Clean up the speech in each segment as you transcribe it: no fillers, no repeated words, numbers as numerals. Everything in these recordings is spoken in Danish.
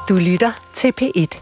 Du lytter til P1.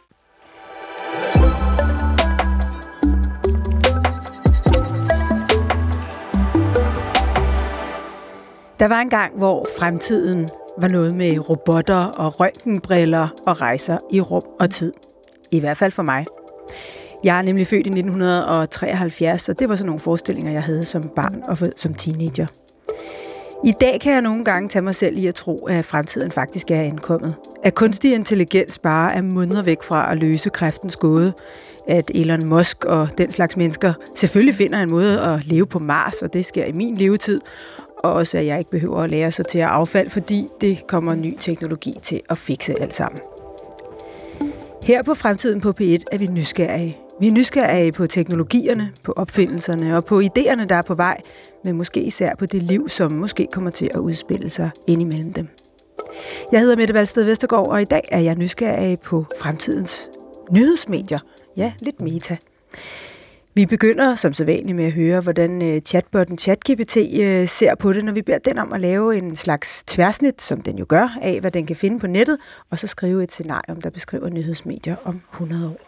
Der var en gang, hvor fremtiden var noget med robotter og røntgenbriller og rejser i rum og tid. I hvert fald for mig. Jeg er nemlig født i 1973, og det var sådan nogle forestillinger, jeg havde som barn og som teenager. I dag kan jeg nogle gange tage mig selv i at tro, at fremtiden faktisk er ankommet. At kunstig intelligens bare er måneder væk fra at løse kræftens gåde. At Elon Musk og den slags mennesker selvfølgelig finder en måde at leve på Mars, og det sker i min levetid. Og også, at jeg ikke behøver at lære sig til at affald, fordi det kommer ny teknologi til at fikse alt sammen. Her på Fremtiden på P1 er vi nysgerrige. Vi er nysgerrige på teknologierne, på opfindelserne og på idéerne, der er på vej, men måske især på det liv, som måske kommer til at udspille sig indimellem dem. Jeg hedder Mette Valsted Vestergaard, og i dag er jeg nysgerrig på fremtidens nyhedsmedier. Ja, lidt meta. Vi begynder som sædvanligt med at høre, hvordan chatbotten ChatGPT ser på det, når vi beder den om at lave en slags tværsnit, som den jo gør, af hvad den kan finde på nettet, og så skrive et scenarium, der beskriver nyhedsmedier om 100 år.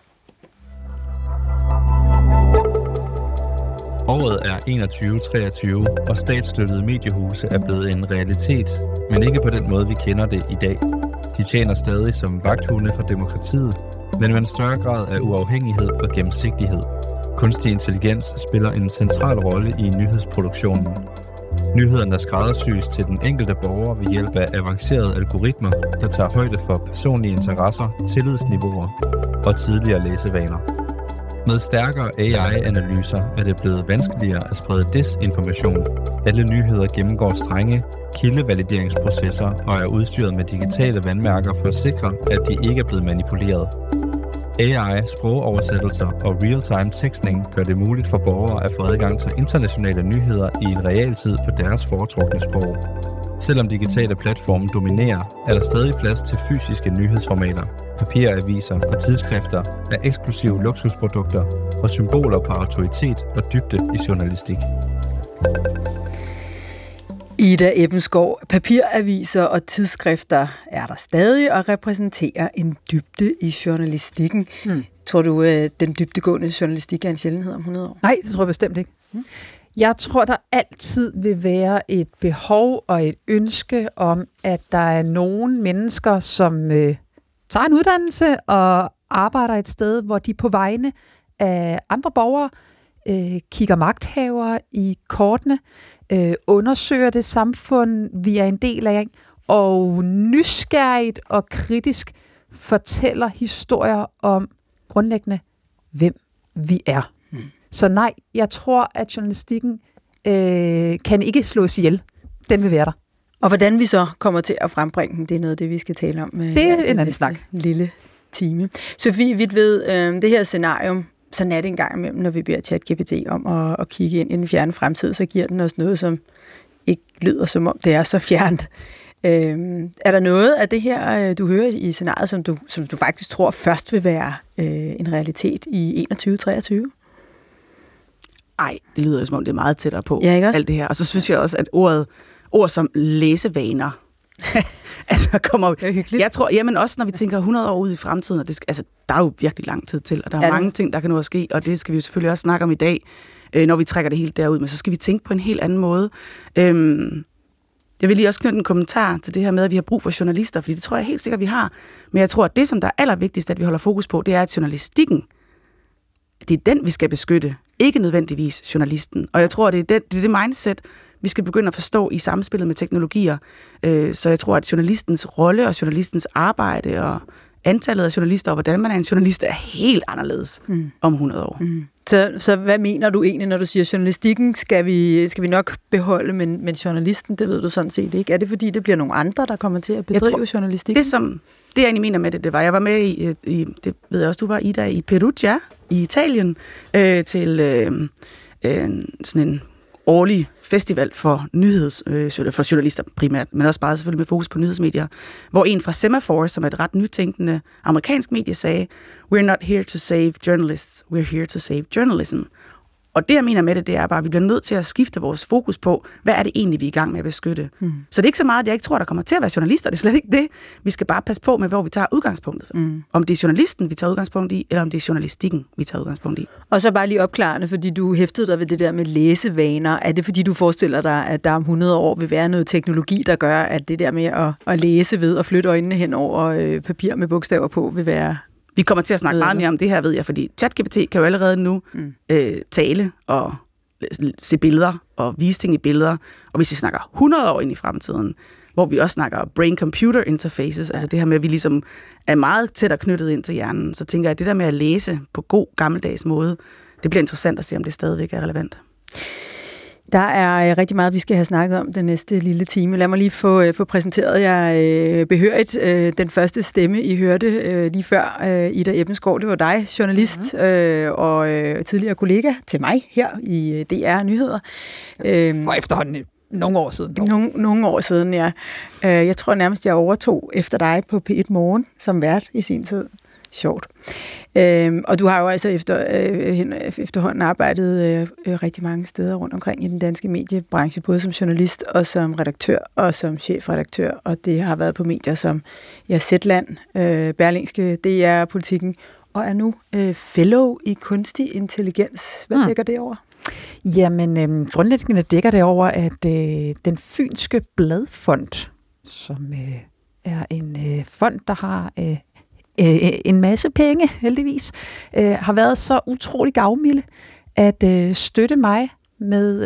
Året er 2123, og statsstøttede mediehuse er blevet en realitet, men ikke på den måde, vi kender det i dag. De tjener stadig som vagthunde for demokratiet, men med en større grad af uafhængighed og gennemsigtighed. Kunstig intelligens spiller en central rolle i nyhedsproduktionen. Nyhederne skræddersys til den enkelte borger ved hjælp af avancerede algoritmer, der tager højde for personlige interesser, tillidsniveauer og tidligere læsevaner. Med stærkere AI-analyser er det blevet vanskeligere at sprede desinformation. Alle nyheder gennemgår strenge kildevalideringsprocesser og er udstyret med digitale vandmærker for at sikre, at de ikke er blevet manipuleret. AI, sprogoversættelser og real-time tekstning gør det muligt for borgere at få adgang til internationale nyheder i en realtid på deres foretrukne sprog. Selvom digitale platforme dominerer, er der stadig plads til fysiske nyhedsformater. Papiraviser og tidsskrifter er eksklusive luksusprodukter og symboler på autoritet og dybde i journalistik. Ida Ebbensgaard, papiraviser og tidsskrifter er der stadig og repræsenterer en dybde i journalistikken. Tror du, den dybdegående journalistik er en sjældenhed om 100 år? Nej, det tror jeg bestemt ikke. Jeg tror, der altid vil være et behov og et ønske om, at der er nogle mennesker, som tager en uddannelse og arbejder et sted, hvor de på vegne af andre borgere kigger magthavere i kortene, undersøger det samfund, vi er en del af, og nysgerrigt og kritisk fortæller historier om grundlæggende, hvem vi er. Så nej, jeg tror, at journalistikken kan ikke slås ihjel. Den vil være der. Og hvordan vi så kommer til at frembringe den, det er noget af det, vi skal tale om. Det er en anden snak. Lille time. Sofie Hvitved, det her scenarium, sådan er det en gang imellem, når vi beder ChatGPT om at kigge ind i den fjerne fremtid, så giver den os noget, som ikke lyder som om det er så fjernt. Er der noget af det her, du hører i scenariet, som du faktisk tror først vil være en realitet i 2021-2023? Ej, det lyder som om det er meget tættere på, ja, alt det her. Og så synes jeg også, at ord som læsevaner altså kommer. Det er hyggeligt. Jeg tror, jamen også når vi tænker 100 år ud i fremtiden, og der er jo virkelig lang tid til, og der er mange ting, der kan nå at ske, og det skal vi jo selvfølgelig også snakke om i dag, når vi trækker det helt derud, men så skal vi tænke på en helt anden måde. Jeg vil lige også knytte en kommentar til det her med, at vi har brug for journalister, fordi det tror jeg helt sikkert, vi har. Men jeg tror, at det, som der er allervigtigst, at vi holder fokus på, det er, at journalistikken, det er den, vi skal beskytte, ikke nødvendigvis journalisten. Og jeg tror, at det er det mindset, vi skal begynde at forstå i samspillet med teknologier. Så jeg tror, at journalistens rolle og journalistens arbejde og antallet af journalister og hvordan man er en journalist er helt anderledes om 100 år. Så hvad mener du egentlig, når du siger, journalistikken skal vi nok beholde, men journalisten, det ved du sådan set ikke. Er det fordi, det bliver nogle andre, der kommer til at bedrive journalistik? Det jeg egentlig mener med det var, jeg var med i det ved jeg også, du var, Ida, i Perugia i Italien til sådan en årlig festival for for journalister primært, men også bare selvfølgelig med fokus på nyhedsmedier, hvor en fra Semaphore, som er et ret nytænkende amerikansk medie, sagde, "We're not here to save journalists, we're here to save journalism." Og det, jeg mener med det er bare, at vi bliver nødt til at skifte vores fokus på, hvad er det egentlig, vi er i gang med at beskytte. Så det er ikke så meget, at jeg ikke tror, der kommer til at være journalister. Det er slet ikke det. Vi skal bare passe på med, hvor vi tager udgangspunktet. Om det er journalisten, vi tager udgangspunkt i, eller om det er journalistikken, vi tager udgangspunkt i. Og så bare lige opklarende, fordi du hæftede dig ved det der med læsevaner. Er det fordi, du forestiller dig, at der om 100 år vil være noget teknologi, der gør, at det der med at læse ved og flytte øjnene hen over papir med bogstaver på, vil være... Vi kommer til at snakke meget mere om det her, ved jeg, fordi ChatGPT kan jo allerede nu tale og se billeder og vise ting i billeder. Og hvis vi snakker 100 år ind i fremtiden, hvor vi også snakker brain-computer interfaces, altså det her med, at vi ligesom er meget tættere knyttet ind til hjernen, så tænker jeg, at det der med at læse på god gammeldags måde, det bliver interessant at se, om det stadigvæk er relevant. Der er rigtig meget, vi skal have snakket om den næste lille time. Lad mig lige få præsenteret jer behørigt. Den første stemme, I hørte lige før, Ida Ebbensgaard, det var dig, journalist og tidligere kollega til mig her i DR Nyheder. For efterhånden nogle år siden. Nogle år siden, ja. Jeg tror nærmest, jeg overtog efter dig på P1 Morgen som vært i sin tid. Sjovt. Og du har jo altså efterhånden arbejdet rigtig mange steder rundt omkring i den danske mediebranche, både som journalist og som redaktør og som chefredaktør, og det har været på medier som Zetland, Berlingske, DR, Politikken, og er nu fellow i kunstig intelligens. Hvad dækker det over? Jamen, grundlæggende dækker det over, at den Fynske Bladfond, som er en fond, der har... en masse penge, heldigvis, har været så utrolig gavmilde at støtte mig med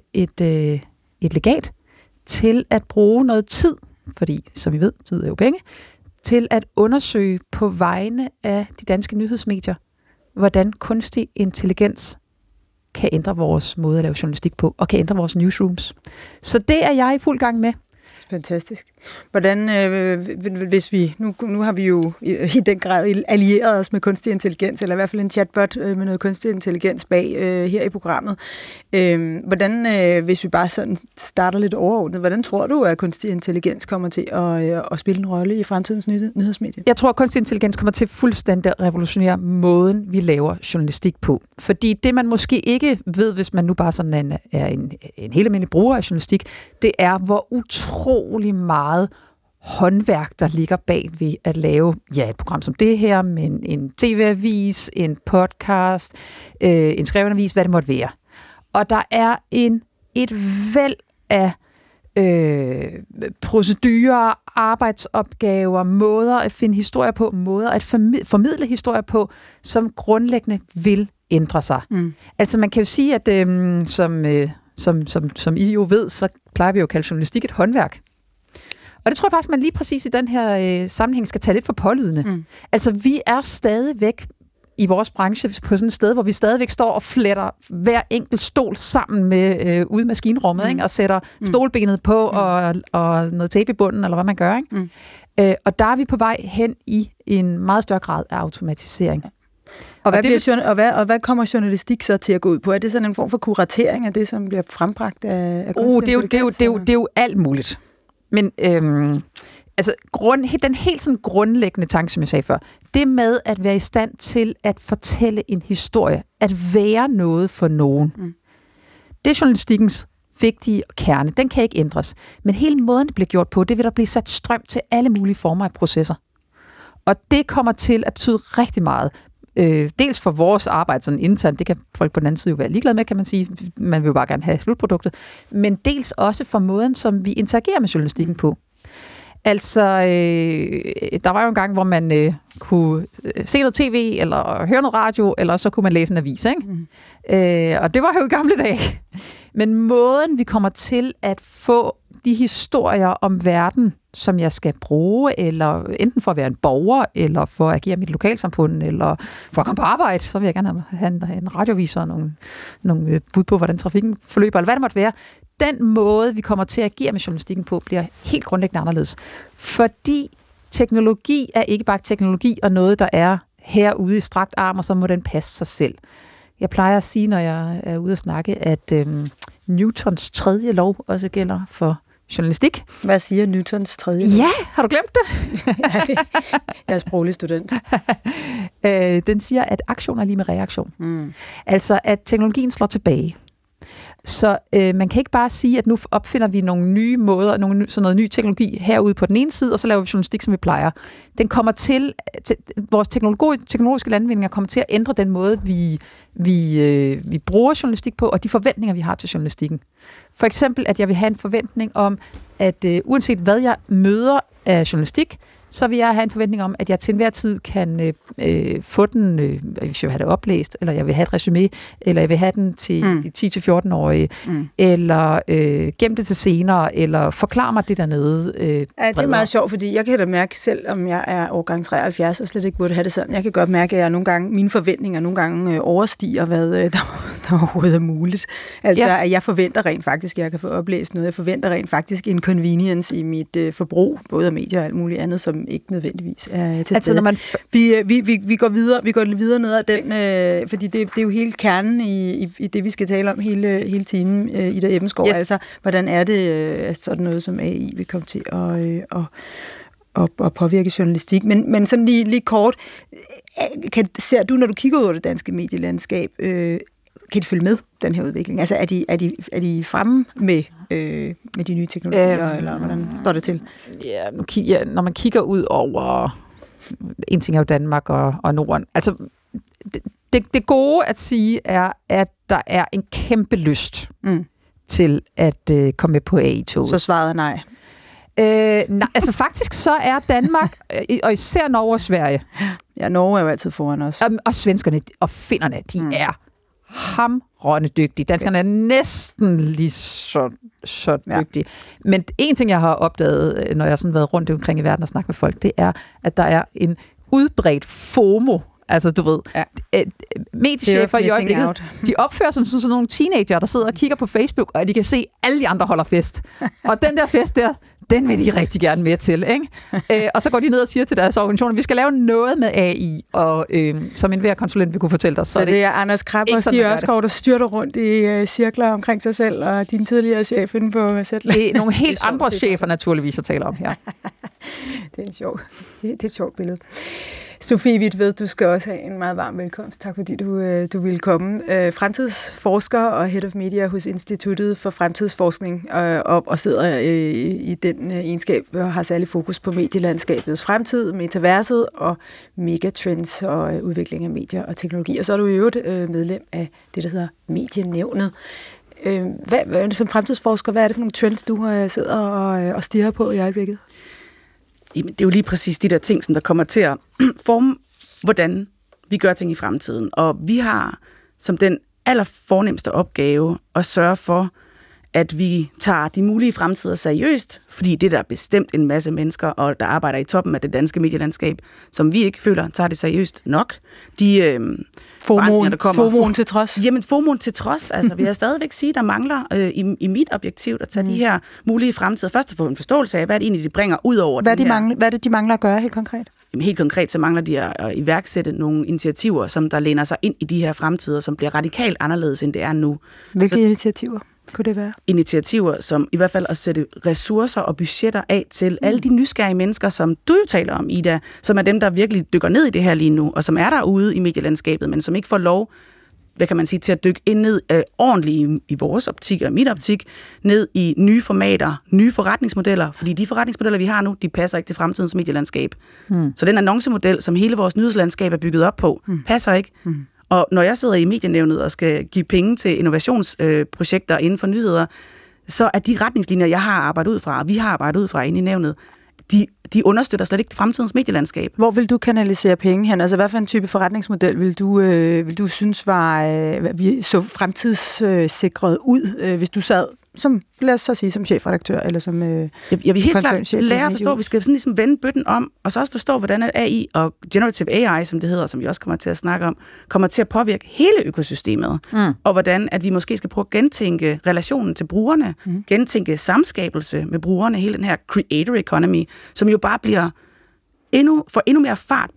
et legat til at bruge noget tid, fordi, som I ved, tid er jo penge, til at undersøge på vegne af de danske nyhedsmedier, hvordan kunstig intelligens kan ændre vores måde at lave journalistik på, og kan ændre vores newsrooms. Så det er jeg i fuld gang med. Fantastisk. Hvordan, hvis vi, nu har vi jo i den grad allieret os med kunstig intelligens, eller i hvert fald en chatbot med noget kunstig intelligens bag her i programmet. Hvordan, hvis vi bare sådan starter lidt overordnet, hvordan tror du, at kunstig intelligens kommer til at spille en rolle i fremtidens nyhedsmedie? Jeg tror, at kunstig intelligens kommer til fuldstændig at revolutionere måden, vi laver journalistik på. Fordi det, man måske ikke ved, hvis man nu bare sådan er en helt almindelig bruger af journalistik, det er, hvor utrolig meget håndværk, der ligger bag ved at lave et program som det her, men en tv-avis, en podcast, en skreven avis, hvad det måtte være. Og der er et væld af procedurer, arbejdsopgaver, måder at finde historier på, måder at formidle historier på, som grundlæggende vil ændre sig. Altså man kan jo sige, at som I jo ved, så plejer vi jo at kalde journalistik et håndværk. Og det tror jeg faktisk, man lige præcis i den her sammenhæng skal tage lidt for pålydende. Altså, vi er stadigvæk i vores branche på sådan et sted, hvor vi stadigvæk står og fletter hver enkelt stol sammen med ude i maskinrummet, ikke? Og sætter stolbenet på og noget tape i bunden, eller hvad man gør. Ikke? Og der er vi på vej hen i en meget større grad af automatisering. Og hvad kommer journalistik så til at gå ud på? Er det sådan en form for kuratering af det, som bliver frembragt af kunstig intelligens? Det er jo alt muligt. Men altså, den helt sådan grundlæggende tanke, som jeg sagde før, det med at være i stand til at fortælle en historie, at være noget for nogen, det er journalistikkens vigtige kerne. Den kan ikke ændres. Men hele måden, det bliver gjort på, det vil der blive sat strøm til alle mulige former af processer. Og det kommer til at betyde rigtig meget. Dels for vores arbejde sådan internt, det kan folk på den anden side jo være ligeglade med, kan man sige. Man vil jo bare gerne have slutproduktet. Men dels også for måden, som vi interagerer med journalistikken på. Altså, der var jo en gang, hvor man kunne se noget tv, eller høre noget radio, eller så kunne man læse en avis, ikke? Og det var jo i gamle dage. Men måden, vi kommer til at få de historier om verden, som jeg skal bruge, eller enten for at være en borger, eller for at agere mit lokalsamfund, eller for at komme på arbejde, så vil jeg gerne have en radioavis og nogle bud på, hvordan trafikken forløber, eller hvad det måtte være. Den måde, vi kommer til at agere med journalistikken på, bliver helt grundlæggende anderledes. Fordi teknologi er ikke bare teknologi og noget, der er herude i strakt arm, og så må den passe sig selv. Jeg plejer at sige, når jeg er ude at snakke, at Newtons 3. lov også gælder for journalistik. Hvad siger Newtons tredje? Ja, har du glemt det? Jeg er sproglig student. Den siger, at aktion er lige med reaktion. Altså, at teknologien slår tilbage. Så man kan ikke bare sige, at nu opfinder vi nogle nye måder, sådan noget ny teknologi herude på den ene side, og så laver vi journalistik, som vi plejer. Den kommer til vores teknologiske landvindinger kommer til at ændre den måde, vi bruger journalistik på, og de forventninger, vi har til journalistikken. For eksempel, at jeg vil have en forventning om, at uanset hvad jeg møder af journalistik, så vil jeg have en forventning om, at jeg til enhver tid kan få den, hvis jeg vil have det oplæst, eller jeg vil have et resume, eller jeg vil have den til de 10-14-årige, eller gemme det til senere, eller forklare mig det dernede. Ja, det er meget sjovt, fordi jeg kan da mærke selv, om jeg er årgang 73 og slet ikke burde have det sådan. Jeg kan godt mærke, at mine forventninger nogle gange overstiger, hvad der overhovedet er muligt. Altså, at jeg forventer rent faktisk, at jeg kan få oplæst noget. Jeg forventer rent faktisk en convenience i mit forbrug, både af medier og alt muligt andet, som ikke nødvendigvis er til stede. Når vi går videre ned ad den, fordi det er jo hele kernen i det, vi skal tale om hele timen, Ida Ebbensgaard. Yes. Altså, hvordan er det sådan noget som AI vil komme til at påvirke journalistik? Men sådan lige kort, ser du, når du kigger ud over det danske medielandskab, kan de følge med den her udvikling? Altså, er de fremme med de nye teknologier, eller hvordan står det til? Ja, når man kigger ud over, en ting er jo Danmark og Norden, altså det gode at sige er, at der er en kæmpe lyst til at komme med på AI-toget. Så svaret er nej. Nej, altså faktisk så er Danmark, og især Norge og Sverige. Ja, Norge er jo altid foran os. Og svenskerne og finnerne, de er hamrende dygtige. Danskerne er næsten lige så dygtige. Ja. Men en ting, jeg har opdaget, når jeg har sådan været rundt omkring i verden og snakket med folk, det er, at der er en udbredt FOMO. Altså, du ved, mediechefer i øjeblikket, de opfører sig som sådan nogle teenager, der sidder og kigger på Facebook, og de kan se, at alle de andre holder fest. Og den der fest der, den vil de rigtig gerne med til, ikke? Og så går de ned og siger til deres organisationer, vi skal lave noget med AI, og som enhver konsulent vil kunne fortælle dig. Så det er Anders Krab og Stig Ørskov, der styrter rundt i cirkler omkring sig selv, og din tidligere chef inde på Zetland. Det er nogle helt andre chefer, naturligvis, at tale om her. Det er et sjovt billede. Sofie Hvitved, du skal også have en meget varm velkomst. Tak fordi du ville komme. Fremtidsforsker og Head of Media hos Instituttet for Fremtidsforskning og sidder i den egenskab og har særlig fokus på medielandskabets fremtid, metaverset og megatrends og udvikling af medier og teknologi. Og så er du i øvrigt medlem af det, der hedder Medienævnet. Som fremtidsforsker, hvad er det for nogle trends, du sidder og stirrer på i øjeblikket? Jamen, det er jo lige præcis de der ting, som der kommer til at forme, hvordan vi gør ting i fremtiden. Og vi har som den allerfornemste opgave at sørge for, at vi tager de mulige fremtider seriøst, fordi det der er bestemt en masse mennesker, og der arbejder i toppen af det danske medielandskab, som vi ikke føler tager det seriøst nok. FOMO'en til trods? Jamen, FOMO'en til trods. Altså, vil jeg stadigvæk sige, der mangler i mit objektiv at tage de her mulige fremtider. Først at få en forståelse af, hvad det egentlig de bringer ud over hvad er det, de mangler at gøre helt konkret? Jamen, helt konkret så mangler de at iværksætte nogle initiativer, som der læner sig ind i de her fremtider, som bliver radikalt anderledes, end det er nu. Hvilke initiativer kunne det være? Initiativer, som i hvert fald at sætte ressourcer og budgetter af til alle de nysgerrige mennesker, som du jo taler om, Ida, som er dem, der virkelig dykker ned i det her lige nu, og som er derude i medielandskabet, men som ikke får lov, hvad kan man sige, til at dykke ind ned ordentligt i vores optik og mit optik, ned i nye formater, nye forretningsmodeller, fordi de forretningsmodeller, vi har nu, de passer ikke til fremtidens medielandskab. Så den annoncemodel, som hele vores nyhedslandskab er bygget op på, passer ikke. Og når jeg sidder i Medienævnet og skal give penge til innovationsprojekter inden for nyheder, så er de retningslinjer, jeg har arbejdet ud fra, og vi har arbejdet ud fra inde i nævnet, de understøtter slet ikke fremtidens medielandskab. Hvor vil du kanalisere penge hen? Altså, hvad for en type forretningsmodel vil du synes var så fremtidssikret ud, hvis du sad som, lad os så sige, som chefredaktør, eller som jeg vil helt klart lære at forstå, vi skal sådan ligesom vende bøtten om, og så også forstå, hvordan AI og generative AI, som det hedder, som vi også kommer til at snakke om, kommer til at påvirke hele økosystemet, og hvordan at vi måske skal prøve at gentænke relationen til brugerne, gentænke samskabelse med brugerne, hele den her creator economy, som jo bare bliver endnu mere fart på,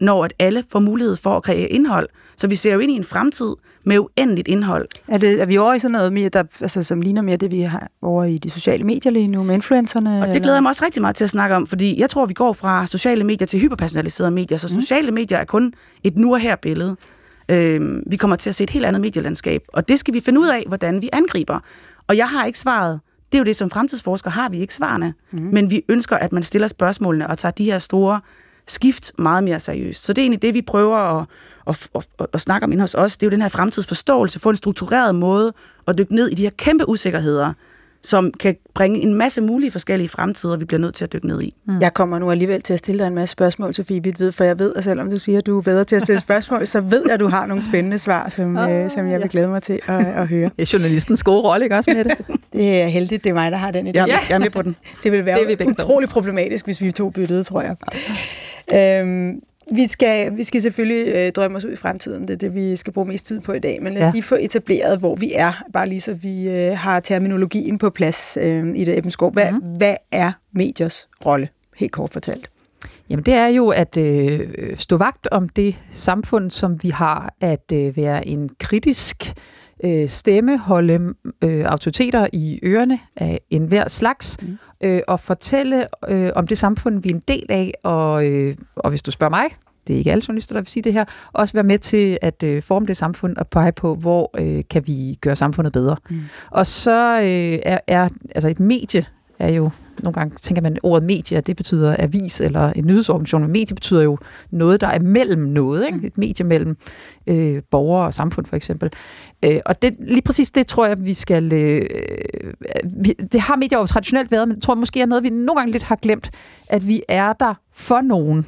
når at alle får mulighed for at kreere indhold. Så vi ser jo ind i en fremtid med uendeligt indhold. Er vi over i sådan noget mere, der, altså, som ligner mere det, vi har over i de sociale medier lige nu med influencerne? Og det glæder jeg mig også rigtig meget til at snakke om, fordi jeg tror, vi går fra sociale medier til hyperpersonaliserede medier, så sociale medier er kun et nu og her billede. Vi kommer til at se et helt andet medielandskab, og det skal vi finde ud af, hvordan vi angriber. Og jeg har ikke svaret. Det er jo det, som fremtidsforskere har vi ikke svarene. Men vi ønsker, at man stiller spørgsmålene og tager de her store skift meget mere seriøst. Så det er egentlig det, vi prøver at snakke om inde hos os. Det er jo den her fremtidsforståelse, få en struktureret måde at dykke ned i de her kæmpe usikkerheder, som kan bringe en masse mulige forskellige fremtider, vi bliver nødt til at dykke ned i. Jeg kommer nu alligevel til at stille dig en masse spørgsmål, Sofie, for jeg ved, at selvom du siger, at du er bedre til at stille spørgsmål, så ved jeg, at du har nogle spændende svar, som jeg vil glæde mig til at høre. Det er journalistens gode rolle, ikke også med det? Det er heldigt, det er mig, der har den idé. Jeg er med på den. Det vil være utrolig problematisk, hvis vi to byttede, tror jeg. Vi skal selvfølgelig drømme os ud i fremtiden. Det er det, vi skal bruge mest tid på i dag. Men lad os lige få etableret, hvor vi er. Bare lige så vi har terminologien på plads i det Ebenskov. Hvad er mediers rolle, helt kort fortalt? Jamen det er jo at stå vagt om det samfund, som vi har. At være en kritisk stemme, holde autoriteter i ørerne af enhver slags, og fortælle om det samfund, vi er en del af, og hvis du spørger mig, det er ikke alle journalister, der vil sige det her, også være med til at forme det samfund og pege på, hvor kan vi gøre samfundet bedre. Og så er altså et medie er jo, nogle gange tænker man, ordet medie, det betyder avis eller en nyhedsorganisation, men medie betyder jo noget, der er mellem noget, ikke? Et medie mellem borgere og samfund for eksempel. Og det, lige præcis det tror jeg, vi skal... det har medier jo traditionelt været, men det tror jeg måske er noget, vi nogle gange lidt har glemt, at vi er der for nogen.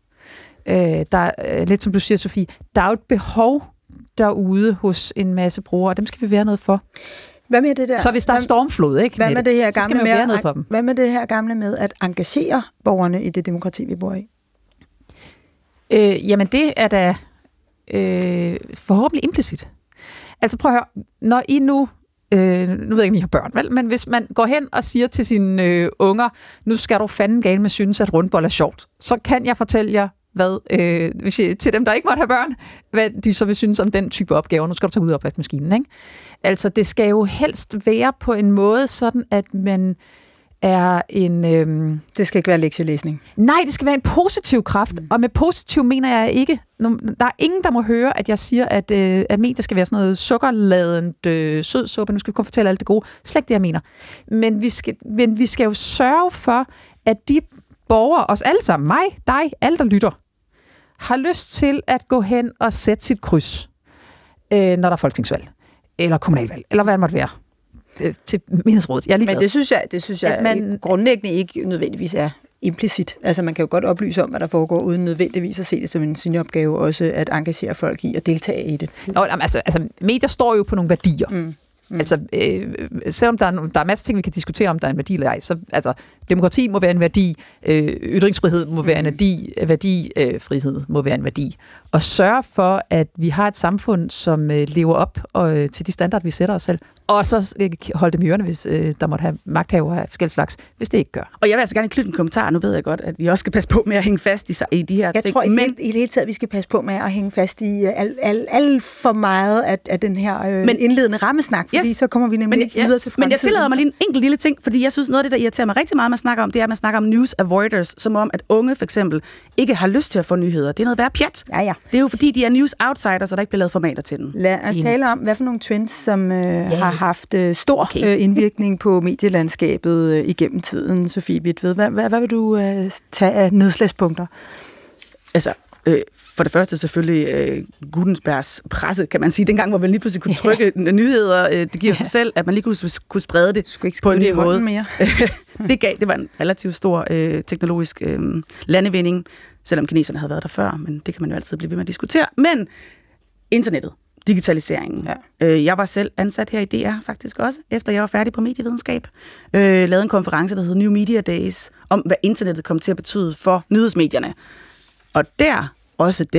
Der er lidt som du siger, Sofie, der er jo et behov derude hos en masse brugere, og dem skal vi være noget for. Hvad med det der? Så hvis der er stormflod, ikke? Hvad med det her gamle med, være noget for dem. Hvad med det her gamle med at engagere borgerne i det demokrati, vi bor i? Jamen det er da forhåbentlig implicit. Altså prøv at høre, når I nu ved jeg ikke, om I har børn, vel? Men hvis man går hen og siger til sine unger, nu skal du fanden gale med synes, at rundbold er sjovt, så kan jeg fortælle jer, til dem, der ikke måtte have børn, hvad de så vil synes om den type opgaver. Nu skal du tage ud af opvaskemaskinen, ikke? Altså, det skal jo helst være på en måde, sådan at man er en... Det skal ikke være lektielæsning. Nej, det skal være en positiv kraft, og med positiv mener jeg ikke... Der er ingen, der må høre, at jeg siger, at medier skal være sådan noget sukkerladent sødsuppe. Nu skal vi kun fortælle alt det gode. Slet ikke det, jeg mener. Men vi skal jo sørge for, at de borgere, os alle sammen, mig, dig, alle der lytter, har lyst til at gå hen og sætte sit kryds, når der er folketingsvalg, eller kommunalvalg, eller hvad det måtte være, til menighedsrådet. Jeg er ligeglad. Men det synes jeg man grundlæggende ikke nødvendigvis er implicit. Altså man kan jo godt oplyse om, hvad der foregår, uden nødvendigvis at se det som sin opgave også at engagere folk i at deltage i det. Altså medier står jo på nogle værdier. Altså, selvom der er masser af ting, vi kan diskutere, om der er en værdi eller ej, så altså, demokrati må være en værdi, ytringsfrihed må være en værdi, frihed må være en værdi. Og sørge for, at vi har et samfund, som lever op til de standarder, vi sætter os selv. Og så holde dem i ørerne, hvis der måtte have magthavere af forskellige slags, hvis det ikke gør. Og jeg vil altså gerne knytte en kommentar. Nu ved jeg godt, at vi også skal passe på med at hænge fast i de her ting. Jeg tror i det hele taget, vi skal passe på med at hænge fast i alt for meget af den her indledende rammesnak, fordi så kommer vi nemlig videre til fremtiden. Men jeg tillader mig lige en enkelt lille ting, fordi jeg synes, noget af det, der irriterer mig rigtig meget, man snakker om, det er, at man snakker om news avoiders, som om, at unge for eksempel ikke har lyst til at få nyheder. Det er noget værd pjat. Ja. Det er jo fordi, de er news outsiders, og der ikke bliver lavet formater til den. Lad os tale om, hvad for nogle trends, som har haft stor indvirkning på medielandskabet igennem tiden, Sofie Hvitved. Hvad vil du tage af nedslagspunkter? Altså, for det første selvfølgelig Gutenbergs presse, kan man sige. Dengang, hvor man lige pludselig kunne trykke nyheder, det giver sig selv, at man lige kunne sprede det på en ny måde. Mere. Det var en relativt stor teknologisk landevinding, selvom kineserne havde været der før, men det kan man jo altid blive ved med at diskutere. Men internettet, digitaliseringen. Ja. Jeg var selv ansat her i DR faktisk også, efter jeg var færdig på medievidenskab. Lavede en konference, der hed New Media Days, om hvad internettet kom til at betyde for nyhedsmedierne. Og også der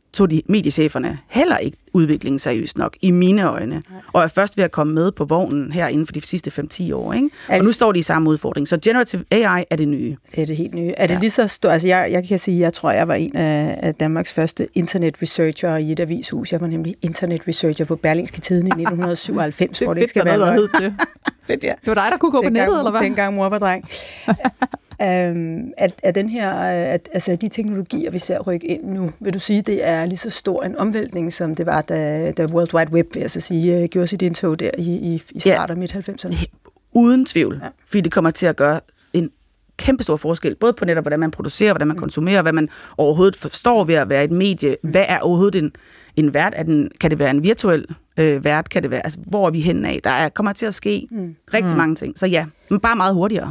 tog de mediecheferne heller ikke udviklingen seriøst nok, i mine øjne. Nej. Og er først ved at komme med på vognen her inden for de sidste 5-10 år. Ikke? Og nu står de i samme udfordring. Så generative AI er det nye. Det er det helt nye. Er det lige så stort? Altså jeg kan sige, jeg tror, jeg var en af Danmarks første internet-researcher i et avishus. Jeg var nemlig internet-researcher på Berlingske Tidende i 1997, hvor det skal være noget. Det var dig, der kunne gå på nettet, eller hvad? Dengang mor var dreng. At den her, altså de teknologier, vi ser rykke ind nu, vil du sige, det er lige så stor en omvæltning, som det var, da World Wide Web, vil jeg så sige, gjorde sit indtog der i start af midt-90'erne? Uden tvivl, fordi det kommer til at gøre en kæmpe stor forskel, både på netop, hvordan man producerer, hvordan man konsumerer, hvad man overhovedet forstår ved at være et medie. Hvad er overhovedet en vært? Kan det være en virtuel vært? Kan det være, altså, hvor er vi henne af? Der kommer til at ske rigtig mange ting. Så ja, men bare meget hurtigere.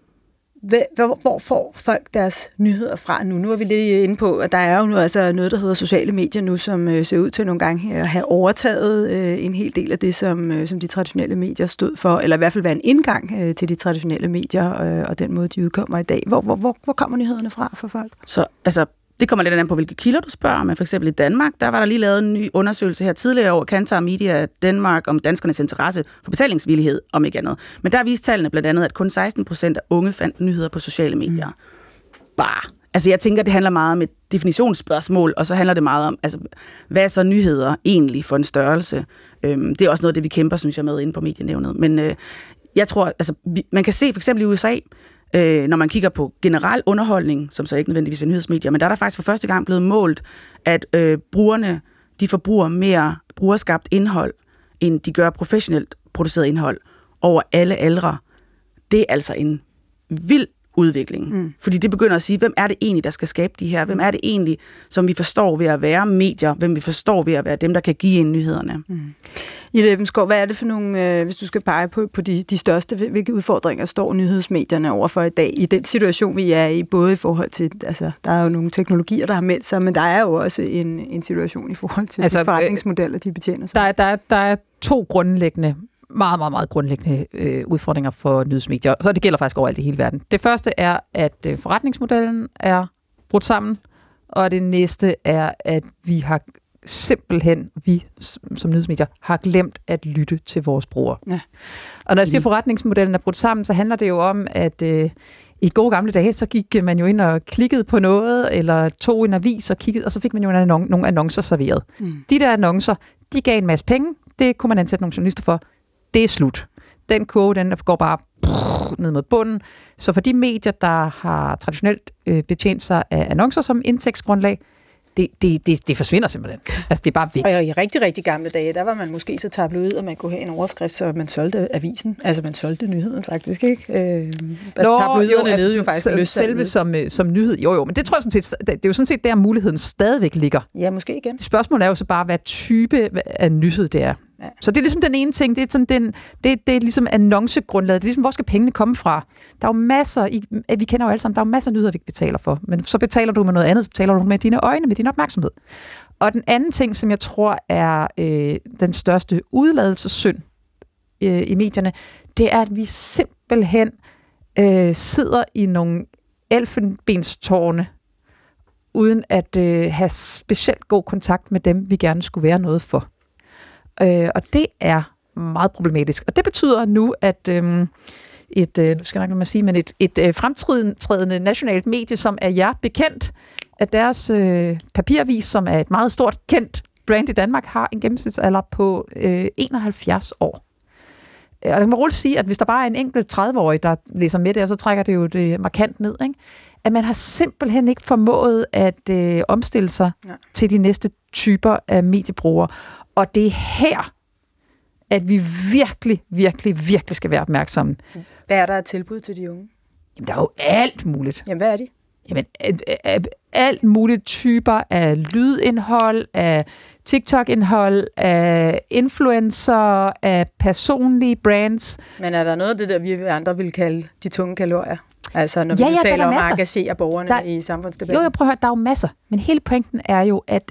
Hvor får folk deres nyheder fra nu? Nu er vi lidt inde på, at der er jo altså noget, der hedder sociale medier nu, som ser ud til nogle gange at have overtaget en hel del af det, som de traditionelle medier stod for, eller i hvert fald være en indgang til de traditionelle medier og den måde, de udkommer i dag. Hvor kommer nyhederne fra for folk? Så altså, det kommer lidt an på, hvilke kilder du spørger. Men for eksempel i Danmark, der var der lige lavet en ny undersøgelse her tidligere over Kantar Media Danmark om danskernes interesse for betalingsvillighed, om ikke andet. Men der viste tallene blandt andet, at kun 16% af unge fandt nyheder på sociale medier. Altså jeg tænker, det handler meget om et definitionsspørgsmål, og så handler det meget om, altså, hvad er så nyheder egentlig for en størrelse? Det er også noget af det, vi kæmper, synes jeg, med inde på medienævnet. Men jeg tror, altså, man kan se for eksempel i USA, når man kigger på generel underholdning, som så ikke nødvendigvis er nyhedsmedier, men der er der faktisk for første gang blevet målt, at brugerne, de forbruger mere brugerskabt indhold, end de gør professionelt produceret indhold over alle aldre. Det er altså en vild udvikling. Fordi det begynder at sige, hvem er det egentlig, der skal skabe de her? Hvem er det egentlig, som vi forstår ved at være medier? Hvem vi forstår ved at være dem, der kan give ind nyhederne? Jette Ebbensgaard, hvad er det for nogle, hvis du skal pege på de største, hvilke udfordringer står nyhedsmedierne overfor i dag, i den situation, vi er i, både i forhold til, altså, der er jo nogle teknologier, der har meldt sig, men der er jo også en situation i forhold til de forretningsmodeller, de betjener sig. Der er to grundlæggende meget grundlæggende udfordringer for nyhedsmedier, og det gælder faktisk overalt i hele verden. Det første er, at forretningsmodellen er brudt sammen, og det næste er, at vi som nyhedsmedier har glemt at lytte til vores brugere. Ja. Og når jeg siger, at forretningsmodellen er brudt sammen, så handler det jo om, at i gode gamle dage, så gik man jo ind og klikkede på noget, eller tog en avis og kiggede, og så fik man jo nogle annoncer serveret. De der annoncer, de gav en masse penge, det kunne man ansætte nogle journalister for. Det er slut. Den kurve, den går bare ned mod bunden. Så for de medier, der har traditionelt betjent sig af annoncer som indtægtsgrundlag, det forsvinder simpelthen. Altså, det er bare vigtigt. Og i rigtig, rigtig gamle dage, der var man måske så tabloid, at man kunne have en overskrift, så man solgte avisen. Altså, man solgte nyheden faktisk, ikke? Tabloiderne nede jo faktisk selve som nyhed. Jo, men det tror jeg sådan set, det er jo sådan set der, muligheden stadigvæk ligger. Ja, måske igen. Spørgsmålet er jo så bare, hvad type af nyhed det er. Ja. Så det er ligesom den ene ting, det er sådan det er ligesom annoncegrundlaget, det er ligesom, hvor skal pengene komme fra? Der er jo masser, vi kender jo alle sammen, der er jo masser af nyheder, vi ikke betaler for, men så betaler du med noget andet, så betaler du med dine øjne, med din opmærksomhed. Og den anden ting, som jeg tror er den største udladelsessynd i medierne, det er, at vi simpelthen sidder i nogle elfenbenstårne, uden at have specielt god kontakt med dem, vi gerne skulle være noget for. Og det er meget problematisk. Og det betyder nu, at nu skal jeg nok sige, men et fremtrædende nationalt medie, som er jer bekendt, at deres papiravis, som er et meget stort kendt brand i Danmark, har en gennemsnitsalder på 71 år. Og det kan man roligt sige, at hvis der bare er en enkelt 30-årig, der læser med det, så trækker det jo det markant ned, ikke? At man har simpelthen ikke formået at omstille sig til de næste typer af mediebrugere. Og det er her, at vi virkelig skal være opmærksomme. Hvad er der et tilbud til de unge? Jamen, der er jo alt muligt. Jamen, hvad er det? Jamen, alt muligt typer af lydindhold, af TikTok-indhold, af influencer, af personlige brands. Men er der noget af det, der vi andre vil kalde de tunge kalorier? Altså, når vi taler om at engagere borgerne i samfundsdebatten. Jo, prøv at høre, der er jo masser. Men hele pointen er jo, at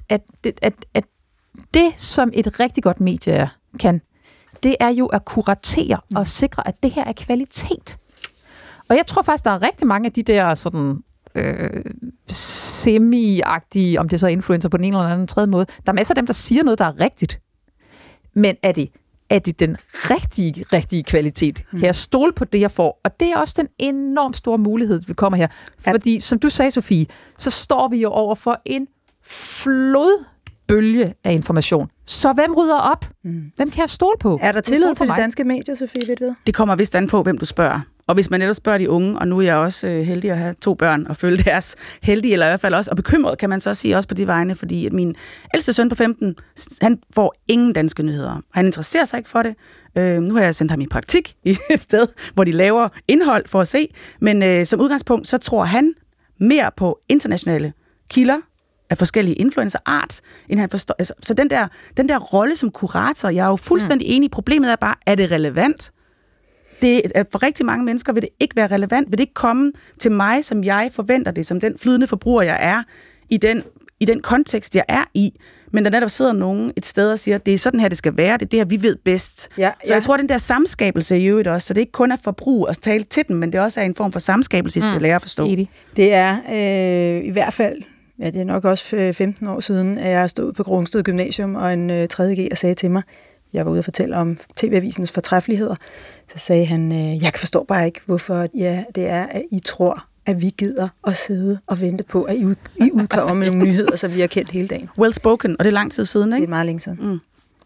det, som et rigtig godt medie kan, det er jo at kuratere og sikre, at det her er kvalitet. Og jeg tror faktisk, der er rigtig mange af de der sådan semi-agtige, om det så er influencer på den ene eller anden tredje måde. Der er masser af dem, der siger noget, der er rigtigt. Men er det den rigtige kvalitet? Kan jeg stole på det, jeg får? Og det er også den enormt store mulighed, vi kommer her. Fordi, som du sagde, Sofie, så står vi jo over for en flodbølge af information. Så hvem rydder op? Hvem kan jeg stole på? Er der tillid til de danske medier, Sofie Hvitved? Det kommer vist an på, hvem du spørger. Og hvis man ellers spørger de unge, og nu er jeg også heldig at have 2 børn og følge deres heldige, eller i hvert fald også, og bekymret, kan man så sige også på de vegne, fordi at min ældste søn på 15, han får ingen danske nyheder. Han interesserer sig ikke for det. Nu har jeg sendt ham i praktik i et sted, hvor de laver indhold for at se. Men som udgangspunkt, så tror han mere på internationale kilder af forskellige influencerart, end han forstår. Altså, så den der rolle som kurator, jeg er jo fuldstændig enig. Problemet er bare, er det relevant? For rigtig mange mennesker vil det ikke være relevant, vil det ikke komme til mig, som jeg forventer det, som den flydende forbruger, jeg er, i den kontekst, jeg er i. Men der netop sidder nogen et sted og siger, det er sådan her, det skal være, det er det her, vi ved bedst. Ja. Så jeg tror, den der samskabelse i øvrigt også, så det ikke kun er forbrug og tale til dem, men det også er en form for samskabelse, I skal lære at forstå. Det er i hvert fald, det er nok også 15 år siden, at jeg stod på Grundsted Gymnasium, og en 3.G og sagde til mig, jeg var ude og fortælle om TV-avisens fortræffeligheder, så sagde han, jeg kan forstå bare ikke, hvorfor det er, at I tror, at vi gider at sidde og vente på, at I udkommer med nogle nyheder, så vi har kendt hele dagen. Well spoken, og det er lang tid siden, ikke? Det er meget længe siden.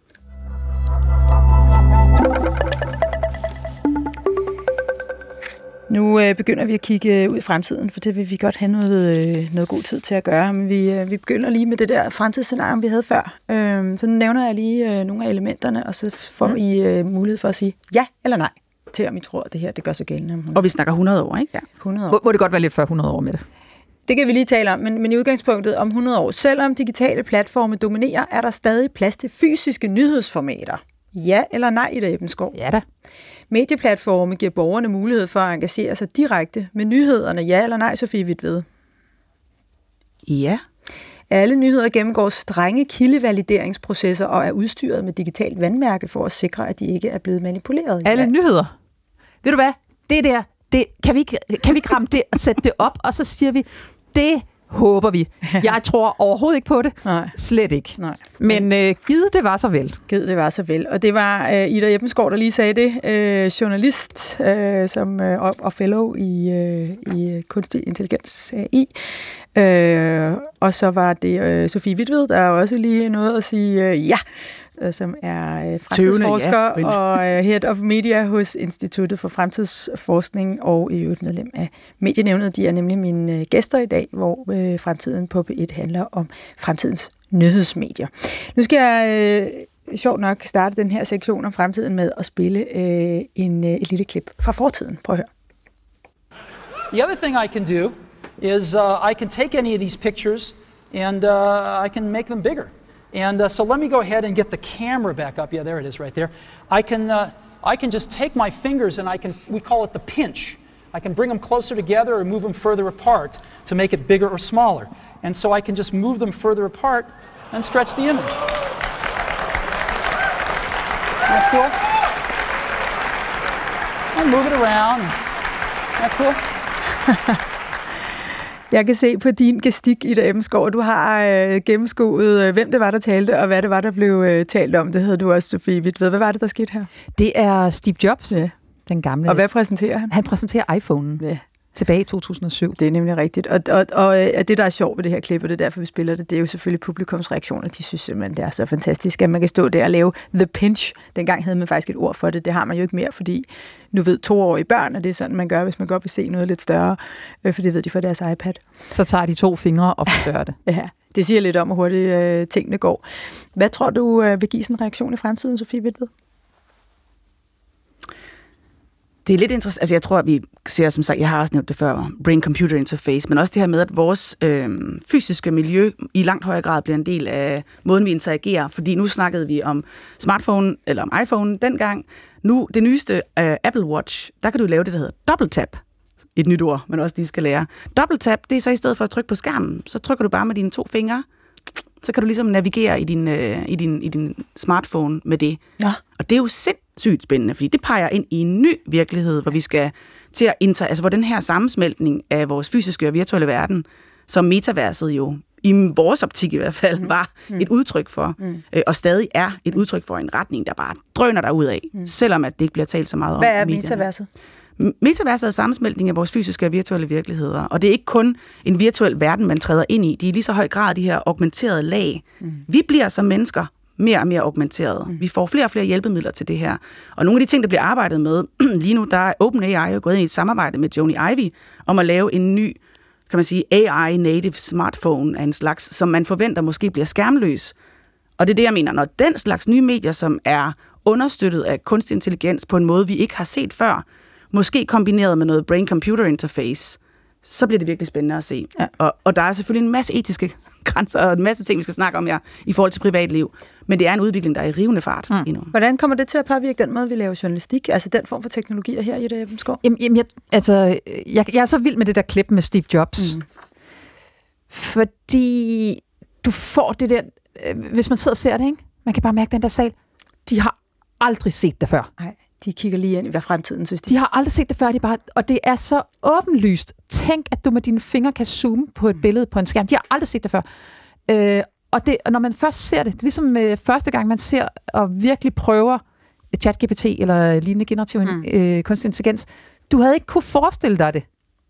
Nu begynder vi at kigge ud i fremtiden, for det vil vi godt have noget god tid til at gøre. Men vi begynder lige med det der fremtidsscenarie, vi havde før. Så nu nævner jeg lige nogle af elementerne, og så får I mulighed for at sige ja eller nej til, om I tror, at det her det gør sig gældende. Og vi snakker 100 år, ikke? Ja. 100 år. Må det godt være lidt før 100 år med det? Det kan vi lige tale om, men i udgangspunktet om 100 år. Selvom digitale platforme dominerer, er der stadig plads til fysiske nyhedsformater. Ja eller nej, Ida Ebbensgaard? Ja da. Medieplatforme giver borgerne mulighed for at engagere sig direkte med nyhederne. Ja eller nej, Sofie Hvitved? Ja. Alle nyheder gennemgår strenge kildevalideringsprocesser og er udstyret med digitalt vandmærke for at sikre, at de ikke er blevet manipuleret. Alle nyheder? Ved du hvad? Det kan vi ikke ramme det og sætte det op, og så siger vi, det håber vi. Jeg tror overhovedet ikke på det. Nej. Slet ikke. Nej. Men givet det var så vel. Givet det var så vel. Og det var Ida Ebbensgaard, der lige sagde det. Journalist og fellow i kunstig intelligens i. Og så var det Sofie Hvitved, der også lige nåede at sige ja, som er fremtidsforsker og Head of Media hos Instituttet for Fremtidsforskning og i øvrigt medlem af Medienævnet. De er nemlig mine gæster i dag, hvor Fremtiden på P1 handler om fremtidens nyhedsmedier. Nu skal jeg sjovt nok starte den her sektion om fremtiden med at spille et lille klip fra fortiden. Prøv at høre. The other thing I can do is I can take any of these pictures and I can make them bigger. And so let me go ahead and get the camera back up. Yeah, there it is right there. I can just take my fingers and we call it the pinch. I can bring them closer together or move them further apart to make it bigger or smaller. And so I can just move them further apart and stretch the image. Isn't that cool? And move it around. Isn't that cool? Jeg kan se på din gestik, Ida Ebbensgaard, du har gennemskuet, hvem det var, der talte, og hvad det var, der blev talt om. Det havde du også, Sofie Hvitved. Hvad var det, der skete her? Det er Steve Jobs, den gamle. Og hvad præsenterer han? Han præsenterer iPhone'en tilbage i 2007. Det er nemlig rigtigt. Og det, der er sjovt ved det her klip, og det er derfor, vi spiller det, det er jo selvfølgelig publikumsreaktioner. De synes simpelthen, det er så fantastisk, at man kan stå der og lave the pinch. Dengang havde man faktisk et ord for det. Det har man jo ikke mere, fordi nu ved 2-årige børn, at det er sådan, man gør, hvis man godt vil se noget lidt større, for det ved de fra deres iPad. Så tager de 2 fingre og forstørrer det. Ja, det siger lidt om, hvor hurtigt tingene går. Hvad tror du vil give sådan en reaktion i fremtiden, Sofie Hvitved? Det er lidt interessant. Altså jeg tror, at vi ser, som sagt, jeg har også nævnt det før, brain-computer interface, men også det her med, at vores fysiske miljø i langt højere grad bliver en del af måden, vi interagerer. Fordi nu snakkede vi om smartphone, eller om iPhone dengang. Nu, det nyeste Apple Watch, der kan du lave det, der hedder double tap. Et nyt ord, man også lige skal lære. Double tap, det er så i stedet for at trykke på skærmen, så trykker du bare med dine 2 fingre, så kan du ligesom navigere i din smartphone med det. Ja. Og det er jo sindssygt spændende, fordi det peger ind i en ny virkelighed, hvor vi skal til at hvor den her sammensmeltning af vores fysiske og virtuelle verden, som metaverset jo, i vores optik i hvert fald, var et udtryk for, og stadig er et udtryk for en retning, der bare drøner derudad, selvom at det ikke bliver talt så meget om. Hvad er metaverset? Metaverset er sammensmeltning af vores fysiske og virtuelle virkeligheder, og det er ikke kun en virtuel verden, man træder ind i. De er i lige så høj grad de her augmenterede lag. Vi bliver som mennesker mere og mere augmenterede. Vi får flere og flere hjælpemidler til det her. Og nogle af de ting, der bliver arbejdet med lige nu, der er OpenAI jo gået ind i et samarbejde med Jony Ive om at lave en ny, kan man sige, AI-native smartphone af en slags, som man forventer måske bliver skærmløs. Og det er det, jeg mener. Når den slags nye medier, som er understøttet af kunstig intelligens på en måde, vi ikke har set før, måske kombineret med noget brain-computer interface, så bliver det virkelig spændende at se. Ja. Og der er selvfølgelig en masse etiske grænser og en masse ting, vi skal snakke om her i forhold til privatliv. Men det er en udvikling, der er i rivende fart endnu. Hvordan kommer det til at påvirke den måde, vi laver journalistik? Altså den form for teknologier her i det, Ebenskov? Jeg er så vild med det der klip med Steve Jobs. Fordi du får det der, hvis man sidder og ser det, ikke? Man kan bare mærke den der sal. De har aldrig set det før. Nej. De kigger lige ind i, hvad fremtiden synes de. De har aldrig set det før, og det er så åbenlyst. Tænk, at du med dine fingre kan zoome på et billede på en skærm. De har aldrig set det før. Og når man først ser det, det er ligesom første gang, man ser og virkelig prøver ChatGPT eller lignende generativ kunstig intelligens. Du havde ikke kunne forestille dig det.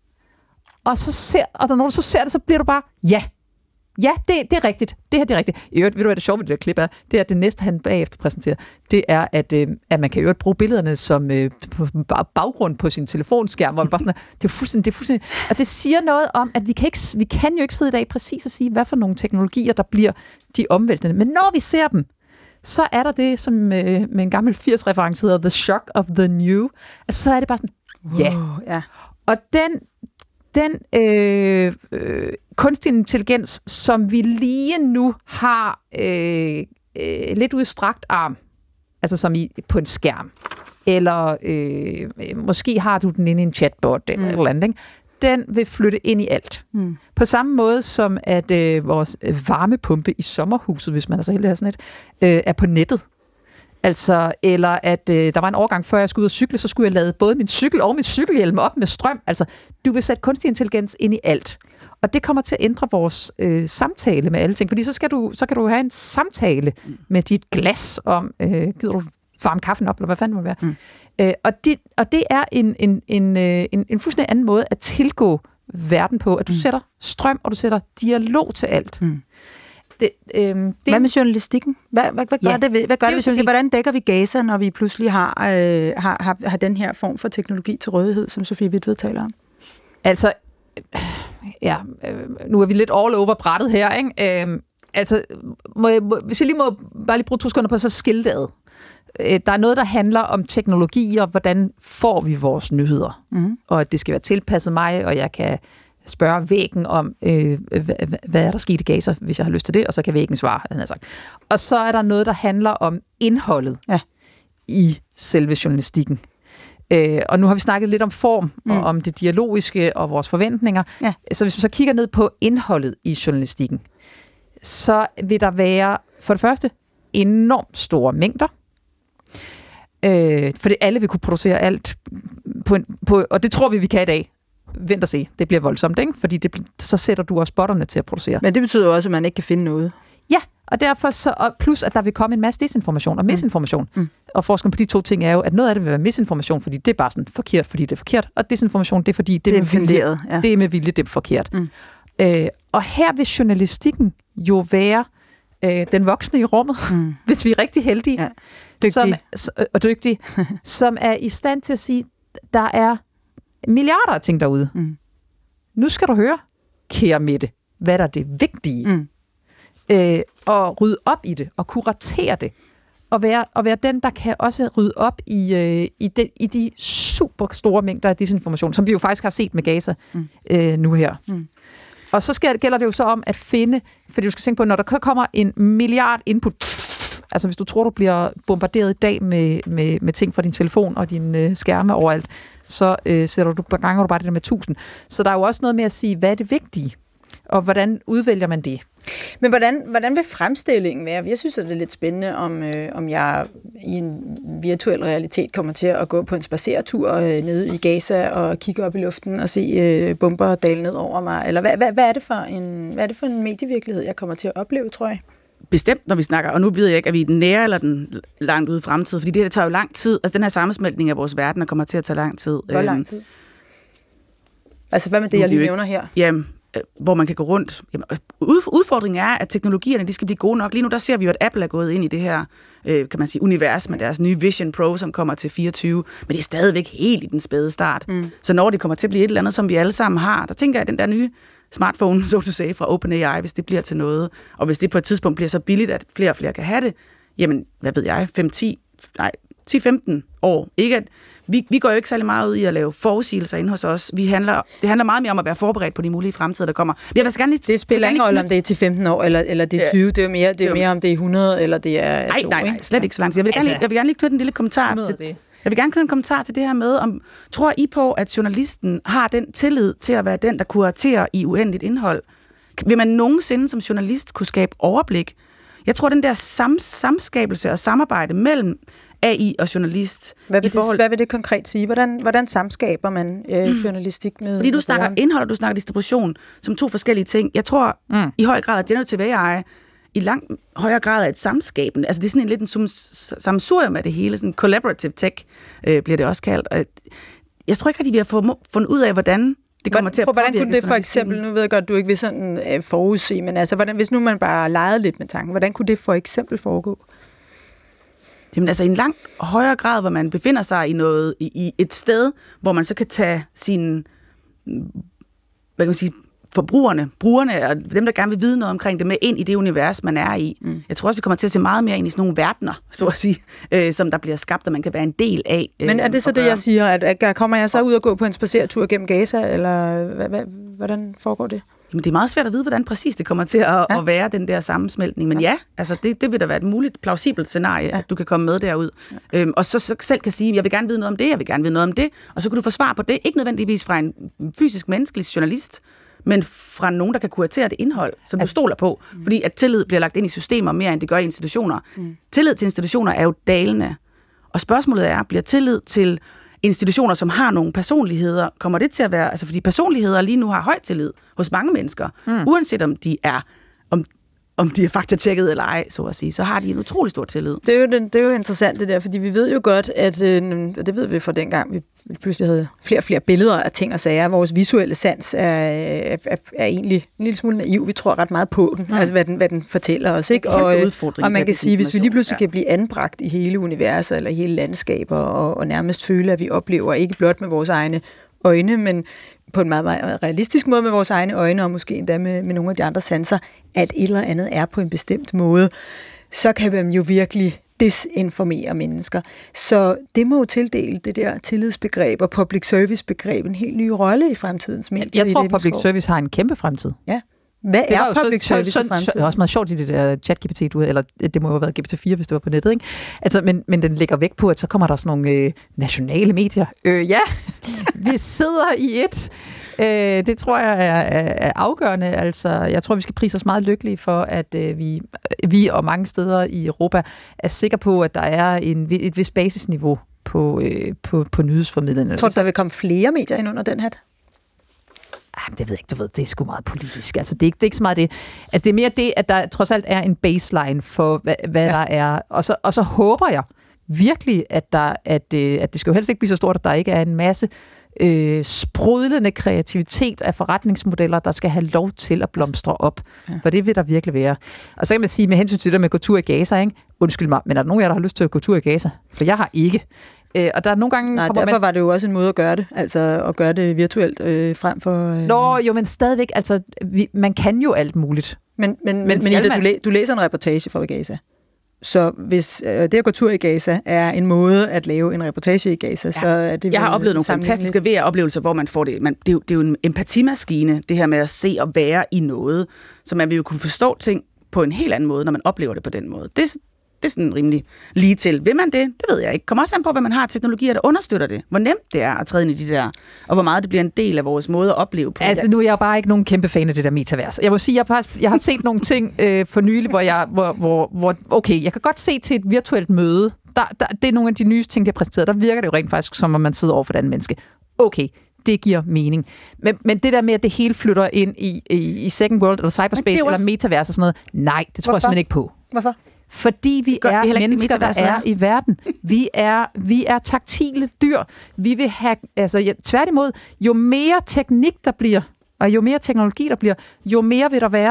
Og når du så ser det, så bliver du bare, ja, det er rigtigt. Det her det er rigtigt. I øvrigt, ved du hvad det sjove ved det der klip er? Det er, at det næste, han bagefter præsenterer, det er, at man kan i øvrigt bruge billederne som baggrund på sin telefonskærm. Hvor bare sådan, det er fuldstændig. Og det siger noget om, at vi kan jo ikke sidde i dag præcis og sige, hvad for nogle teknologier, der bliver de omvæltende. Men når vi ser dem, så er der det, som med en gammel 80-reference hedder The Shock of the New. Altså, så er det bare sådan, ja. Og den kunstig intelligens, som vi lige nu har lidt udstrakt arm, altså som på en skærm, eller måske har du den inde i en chatbot eller et eller andet, ikke? Den vil flytte ind i alt. På samme måde som at vores varmepumpe i sommerhuset, hvis man er så heldig at have sådan et, er på nettet. Altså, eller at der var en overgang, før jeg skulle ud og cykle, så skulle jeg lade både min cykel og min cykelhjelm op med strøm. Altså, du vil sætte kunstig intelligens ind i alt. Og det kommer til at ændre vores samtale med alle ting. Fordi så kan du have en samtale med dit glas om, gider du varme kaffen op, eller hvad fanden må det være. Og det er en fuldstændig anden måde at tilgå verden på, at du sætter strøm, og du sætter dialog til alt. Hvad med journalistikken? Hvad gør det ved journalistikken? Hvordan dækker vi Gaza, når vi pludselig har den her form for teknologi til rådighed, som Sofie Hvitved taler om? Altså, nu er vi lidt all over brættet her, ikke? Hvis jeg lige må bare lige bruge 2 sekunder på så skilte ad. Der er noget, der handler om teknologi, og hvordan får vi vores nyheder. Og at det skal være tilpasset mig, og jeg kan spørge væggen om, hvad er der sket i Gaza, hvis jeg har lyst til det, og så kan væggen svare, han har sagt. Og så er der noget, der handler om indholdet i selve journalistikken. Og nu har vi snakket lidt om form, og om det dialogiske og vores forventninger. Ja. Så hvis man så kigger ned på indholdet i journalistikken, så vil der være for det første enormt store mængder. For alle vil kunne producere alt og det tror vi kan i dag. Vent og se, det bliver voldsomt, ikke? Fordi så sætter du også botterne til at producere. Men det betyder også, at man ikke kan finde noget. Ja, og derfor og plus, at der vil komme en masse desinformation og misinformation. Og forskellen på de 2 ting er jo, at noget af det vil være misinformation, fordi det er bare sådan forkert, fordi det er forkert, og desinformation, det er fordi det er med vilje. Ja. Det er med vilje, det er forkert. Og her vil journalistikken jo være den voksne i rummet, hvis vi er rigtig heldige. Ja. Dygtige. Som er i stand til at sige, der er milliarder af ting derude. Nu skal du høre, kære Mette, hvad der er det vigtige. Og rydde op i det, og kuratere det. Og være den, der kan også rydde op i de super store mængder af desinformation, som vi jo faktisk har set med Gaza nu her. Og så gælder det jo så om at finde, fordi du skal tænke på, når der kommer en milliard input, altså hvis du tror, du bliver bombarderet i dag med ting fra din telefon og dine skærme overalt, så ganger du bare det der med 1000. Så der er jo også noget med at sige, hvad er det vigtige? Og hvordan udvælger man det? Men hvordan vil fremstillingen være? Jeg synes, at det er lidt spændende, om jeg i en virtuel realitet kommer til at gå på en spadseretur nede i Gaza og kigge op i luften og se bomber dale ned over mig. Eller hvad er det for en medievirkelighed, jeg kommer til at opleve, tror jeg? Bestemt, når vi snakker, og nu ved jeg ikke, er vi i den nære eller den langt ude i fremtiden, fordi det tager jo lang tid. Altså den her sammensmeltning af vores verden kommer til at tage lang tid. Hvor lang tid? Altså hvad med det, jeg lige nævner her? Jamen, hvor man kan gå rundt. Jamen, udfordringen er, at teknologierne de skal blive gode nok. Lige nu der ser vi jo, at Apple er gået ind i det her kan man sige, univers med deres nye Vision Pro, som kommer til 24. Men det er stadigvæk helt i den spæde start. Så når det kommer til at blive et eller andet, som vi alle sammen har, der tænker jeg, at den der nye smartphone, så to sige, fra OpenAI, hvis det bliver til noget, og hvis det på et tidspunkt bliver så billigt, at flere og flere kan have det, jamen, hvad ved jeg, 10-15 år. Ikke at, vi går jo ikke særlig meget ud i at lave forudsigelser inde hos os. Det handler meget mere om at være forberedt på de mulige fremtider, der kommer. Det spiller ingen rolle, om det er til 15 år, eller det er 20. Det er mere om det er 100, eller det er 2. Nej, slet ikke så langt. Jeg vil gerne lige knytte en lille kommentar til det. Jeg vil gerne knytte en kommentar til det her med, om tror I på, at journalisten har den tillid til at være den, der kuraterer i uendeligt indhold? Vil man nogensinde som journalist kunne skabe overblik? Jeg tror, den der samskabelse og samarbejde mellem AI og journalist... Hvad vil det konkret sige? Hvordan samskaber man journalistik med... Fordi du snakker indhold, og du snakker distribution som to forskellige ting. Jeg tror i høj grad, at generative AI i langt højere grad er et samskabende. Altså det er sådan lidt en sammensurium af det hele. Sådan collaborative tech bliver det også kaldt. Jeg tror ikke, at vi har fundet ud af, hvordan det kommer til at påvirke. Hvordan kunne det for eksempel, nu ved jeg godt, at du ikke vil sådan forudse, men altså, hvis nu man bare legede lidt med tanken, hvordan kunne det for eksempel foregå? Jamen altså i en langt højere grad, hvor man befinder sig i et sted, hvor man så kan tage sine, hvad kan man sige, brugerne og dem, der gerne vil vide noget omkring det, med ind i det univers, man er i. Jeg tror også, vi kommer til at se meget mere ind i sådan nogle verdener, så at sige, som der bliver skabt, og man kan være en del af. Men er det så det, jeg siger, at kommer jeg så ud og gå på en spadseretur gennem Gaza, eller hvordan foregår det? Jamen, det er meget svært at vide, hvordan præcis det kommer til at være, den der sammensmeltning. Men ja, altså det vil da være et muligt, plausibelt scenarie, at du kan komme med derud. Og så selv kan sige, jeg vil gerne vide noget om det, jeg vil gerne vide noget om det, og så kan du få svar på det. Ikke nødvendigvis fra en fysisk menneskelig journalist, men fra nogen, der kan kuratere det indhold, som du stoler på. Fordi at tillid bliver lagt ind i systemer mere, end det gør i institutioner. Tillid til institutioner er jo dalende. Og spørgsmålet er, bliver tillid til institutioner, som har nogle personligheder, kommer det til at være, altså fordi personligheder lige nu har høj tillid hos mange mennesker, uanset om de er faktatjekket eller ej, så at sige, så har de en utrolig stor tillid. Det er jo interessant det der, fordi vi ved jo godt, at, og det ved vi fra dengang, vi pludselig havde flere og flere billeder af ting og sager. Vores visuelle sans er egentlig en lille smule naiv. Vi tror ret meget på den, altså hvad den fortæller os, ikke? Og man kan sige, hvis vi lige pludselig kan blive anbragt i hele universet eller hele landskaber og nærmest føle, at vi oplever ikke blot med vores egne øjne, men på en meget, meget realistisk måde med vores egne øjne, og måske endda med nogle af de andre sanser, at et eller andet er på en bestemt måde, så kan man jo virkelig desinformere mennesker. Så det må jo tildele det der tillidsbegreb og public service begreb en helt ny rolle i fremtidens medier. Jeg tror, public service har en kæmpe fremtid. Ja. Hvad er public service i fremtiden? Det er også meget sjovt i det der ChatGPT, eller det må jo have været GPT-4, hvis det var på nettet, ikke? Altså, men den lægger vægt på, at så kommer der sådan nogle nationale medier. Ja, vi sidder i et. Det tror jeg er afgørende. Altså, jeg tror, vi skal prise os meget lykkelige for, at vi og mange steder i Europa er sikre på, at der er et vist basisniveau på nyhedsformidlerne. Tror du, der vil komme flere medier ind under den hat? Det ved jeg ikke, du ved, det er sgu meget politisk. Altså, det er ikke så meget det. Altså, det er mere det, at der trods alt er en baseline for, hvad der er. Og så håber jeg virkelig, at det skal jo helst ikke blive så stort, at der ikke er en masse sprudlende kreativitet af forretningsmodeller, der skal have lov til at blomstre op. Ja. For det vil der virkelig være. Og så kan man sige, med hensyn til det med at gå tur i Gaza, ikke? Undskyld mig, men er der nogen af jer, der har lyst til at gå tur i Gaza? For jeg har ikke. Og der er nogle gange... Nej, derfor var det jo også en måde at gøre det, altså at gøre det virtuelt frem for... Jo, men stadigvæk, altså, man kan jo alt muligt. Men Ida, du læser en reportage fra Gaza. Så hvis det at gå tur i Gaza er en måde at lave en reportage i Gaza, så er det... Jeg har oplevet nogle fantastiske VR-oplevelser, hvor man får det... Det er jo en empatimaskine, det her med at se og være i noget, så man vil jo kunne forstå ting på en helt anden måde, når man oplever det på den måde. Det er sådan rimelig lige til. Vil man det? Det ved jeg ikke. Kommer også an på, hvad man har teknologier, der understøtter det. Hvor nemt det er at træde ind i de der, og hvor meget det bliver en del af vores måde at opleve på. Altså, nu er jeg bare ikke nogen kæmpe fan af det der metavers. Jeg må sige, jeg har set nogle ting for nylig, hvor okay, jeg kan godt se til et virtuelt møde, det er nogle af de nye ting, de har præsenteret, der virker det jo rent faktisk, som om man sidder over for et andet menneske. Okay, det giver mening. Men det der med, at det hele flytter ind i second world, eller cyberspace, eller metavers og sådan noget, nej, det tror jeg simpelthen ikke på. Hvorfor? Fordi vi er mennesker, der er i verden. Vi er taktile dyr. Vi vil have, tværtimod, jo mere teknik der bliver, og jo mere teknologi der bliver, jo mere vil der være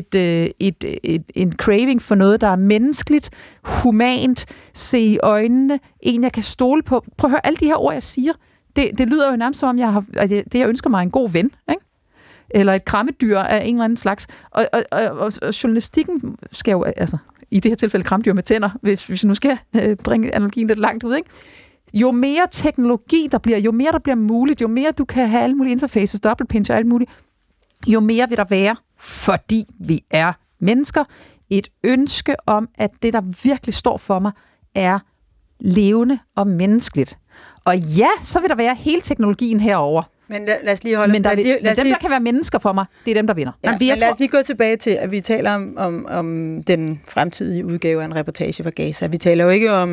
en craving for noget, der er menneskeligt, humant, se i øjnene, en jeg kan stole på. Prøv at høre, alle de her ord, jeg siger, det lyder jo nærmest som om, jeg ønsker mig en god ven, ikke? Eller et krammedyr af en eller anden slags. Og journalistikken skal jo, i det her tilfælde krammedyr med tænder, hvis nu skal bringe analogien lidt langt ud, ikke? Jo mere teknologi der bliver, jo mere der bliver muligt, jo mere du kan have alle mulige interfaces, dobbeltpinch og alt muligt, jo mere vil der være, fordi vi er mennesker, et ønske om, at det, der virkelig står for mig, er levende og menneskeligt. Og ja, så vil der være hele teknologien herover. Men lad os lige holde dem, der kan være mennesker for mig, det er dem, der vinder. Ja, men lad os lige gå tilbage til, at vi taler om den fremtidige udgave af en reportage fra Gaza. Vi taler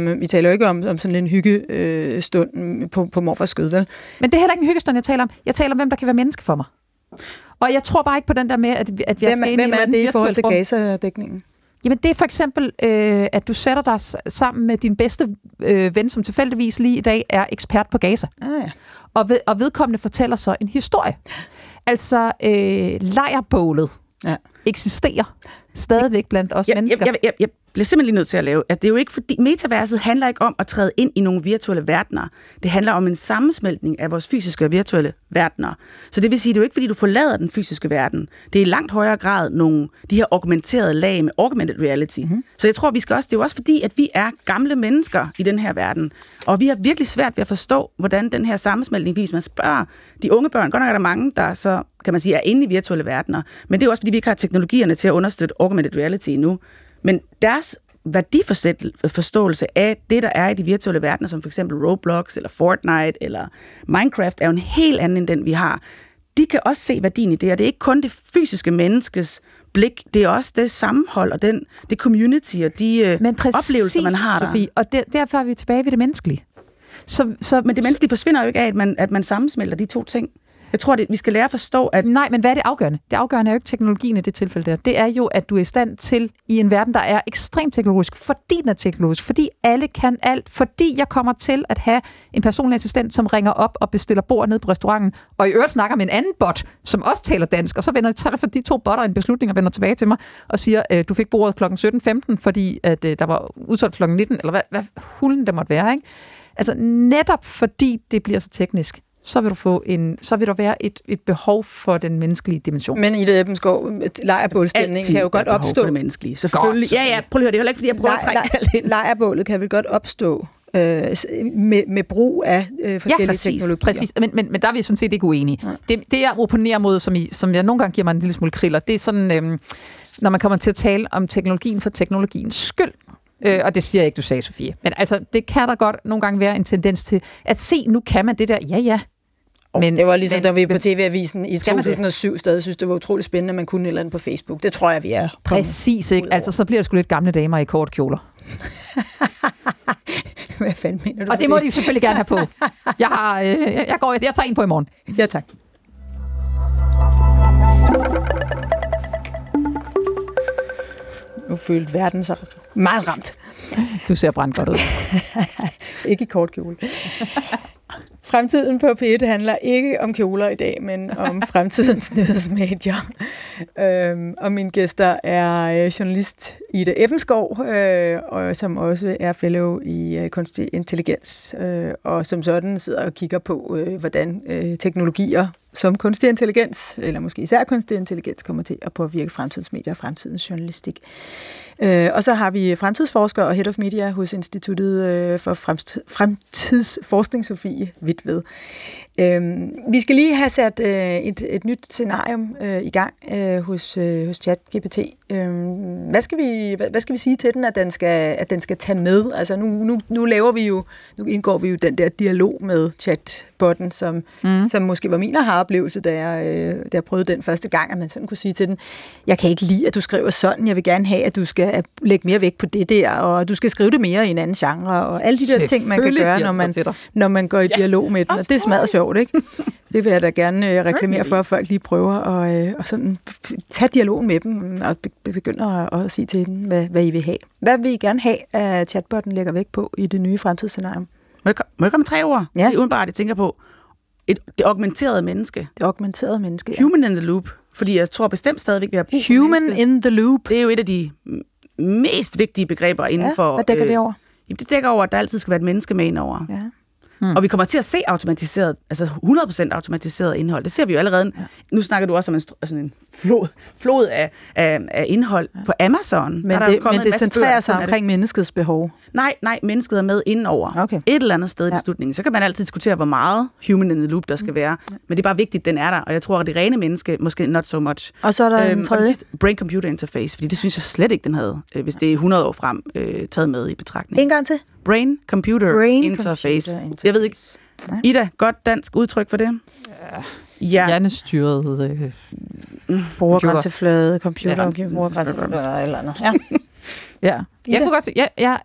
jo ikke om sådan en hyggestund på morfars skød, vel? Men det er heller ikke en hyggestund, jeg taler om. Jeg taler om, hvem der kan være menneske for mig. Og jeg tror bare ikke på den der med, at jeg skal ind i en Hvem er det i forhold til Gaza-dækningen? Jamen det er for eksempel, at du sætter dig sammen med din bedste ven, som tilfældigvis lige i dag er ekspert på Gaza. Ja. Og vedkommende fortæller så en historie. Altså, lejrbålet eksisterer stadigvæk blandt os mennesker. Jeg bliver simpelthen lige nødt til at lave, at det er jo ikke fordi, metaverset handler ikke om at træde ind i nogle virtuelle verdener. Det handler om en sammensmeltning af vores fysiske og virtuelle verdener. Så det vil sige, det er jo ikke fordi, du forlader den fysiske verden. Det er i langt højere grad de her augmenterede lag med augmented reality. Mm-hmm. Så jeg tror, det er jo også fordi, at vi er gamle mennesker i den her verden. Og vi har virkelig svært ved at forstå, hvordan den her sammensmeltning, hvis man spørger de unge børn, godt nok er der mange, der så, kan man sige, er inde i virtuelle verdener. Men det er jo også fordi, vi ikke har teknologierne til at understøtte augmented reality endnu. Men deres værdiforståelse af det, der er i de virtuelle verdener, som for eksempel Roblox, eller Fortnite, eller Minecraft, er jo en helt anden end den, vi har. De kan også se værdien i det, og det er ikke kun det fysiske menneskes blik, det er også det sammenhold, og det community, og de oplevelser, man har der. Sofie, og derfor er vi tilbage ved det menneskelige. Men det menneskelige forsvinder jo ikke af, at man sammensmelter de to ting. Jeg tror, vi skal lære at forstå, at... Nej, men hvad er det afgørende? Det afgørende er jo ikke teknologien i det tilfælde der. Det er jo, at du er i stand til, i en verden, der er ekstremt teknologisk, fordi den er teknologisk, fordi alle kan alt, fordi jeg kommer til at have en personlig assistent, som ringer op og bestiller bord ned på restauranten, og i øvrigt snakker med en anden bot, som også taler dansk, og så træffer de to botter en beslutning og vender tilbage til mig og siger, du fik bordet kl. 17.15, fordi at, der var udsolgt kl. 19, eller hvad hulen der måtte være, ikke? Altså netop fordi det bliver så teknisk, så vil der være et behov for den menneskelige dimension. Men Ida Ebbensgaard, lejrbålstemningen kan jo godt opstå. Det menneskelige, selvfølgelig. Ja, prøv at høre, det er heller ikke, fordi jeg prøver at trække alt ind. Lejrbålet kan vel godt opstå med brug af forskellige teknologier. Præcis, men der er vi sådan set ikke uenige. Ja. Det jeg opponerer mod, som jeg nogle gange giver mig en lille smule kriller, det er sådan, når man kommer til at tale om teknologien for teknologiens skyld. Og det siger jeg ikke, du sagde, Sofie. Men altså, det kan der godt nogle gange være en tendens til, at se, nu kan man det der, ja. Men, det var ligesom, da vi på TV-avisen i 2007 stadig synes, det var utroligt spændende, at man kunne et eller andet på Facebook. Det tror jeg, vi er. Præcis, ikke? Altså, så bliver det sgu lidt gamle damer i korte kjoler. Hvad fanden mener du? Og det må de selvfølgelig gerne have på. Jeg tager en på i morgen. Ja, tak. Nu følte verden sig meget ramt. Du ser brændt godt ud. Ikke i kort kjole. Fremtiden på P1 handler ikke om kjoler i dag, men om fremtidens nyhedsmedier. Og mine gæster er journalist Ida Ebbensgaard, og som også er fellow i kunstig intelligens, og som sådan sidder og kigger på, hvordan teknologier som kunstig intelligens, eller måske især kunstig intelligens, kommer til at påvirke fremtidens medier og fremtidens journalistik. Og så har vi fremtidsforsker og Head of Media hos Instituttet for Fremtidsforskning, Sofie Hvitved. Vi skal lige have sat et nyt scenarium i gang hos ChatGPT. Hvad skal vi sige til den, at den skal tage med? Altså nu indgår vi jo den der dialog med chatbotten, som måske var min aha-oplevelse, da jeg prøvede den første gang, at man sådan kunne sige til den, jeg kan ikke lide, at du skriver sådan, jeg vil gerne have, at du skal lægge mere vægt på det der, og du skal skrive det mere i en anden genre, og alle de der ting, man kan gøre, når man går i dialog med den, og det smadrer sjovt, ikke? Det vil jeg da gerne reklamere for, at folk lige prøver at sådan tage dialogen med dem, og begynder at sige til dem, hvad I vil have. Hvad vil I gerne have, at chatbotten lægger vægt på i det nye fremtidsscenarium? Må jeg komme 3 ord? Ja. Udenbart, jeg tænker på det augmenterede menneske. Det augmenterede menneske, ja. Human in the loop. Fordi jeg tror bestemt stadigvæk, vi har brug for Human in the loop. Det er jo et af de mest vigtige begreber inden for... Hvad dækker det over? Det dækker over, at der altid skal være et menneske med ind over. Ja. Og vi kommer til at se automatiseret, altså 100% automatiseret indhold. Det ser vi jo allerede. Ja. Nu snakker du også om sådan en flod af indhold på Amazon. Men det centrerer sig omkring menneskets behov. Nej, mennesket er med indenover. Okay. Et eller andet sted i beslutningen. Så kan man altid diskutere, hvor meget human in the loop der skal være. Men det er bare vigtigt, den er der. Og jeg tror, at det rene menneske, måske not so much. Og så er der en tredje. Brain-computer interface, fordi det synes jeg slet ikke, den havde, hvis det er 100 år frem, taget med i betragtning. En gang til. Brain-computer interface. Jeg ved ikke. Ida, godt dansk udtryk for det? Ja. Hjernestyret brugergrænseflade, computer, brugergrænseflade eller andet. Ja. Ja. Jeg kunne godt se. Jeg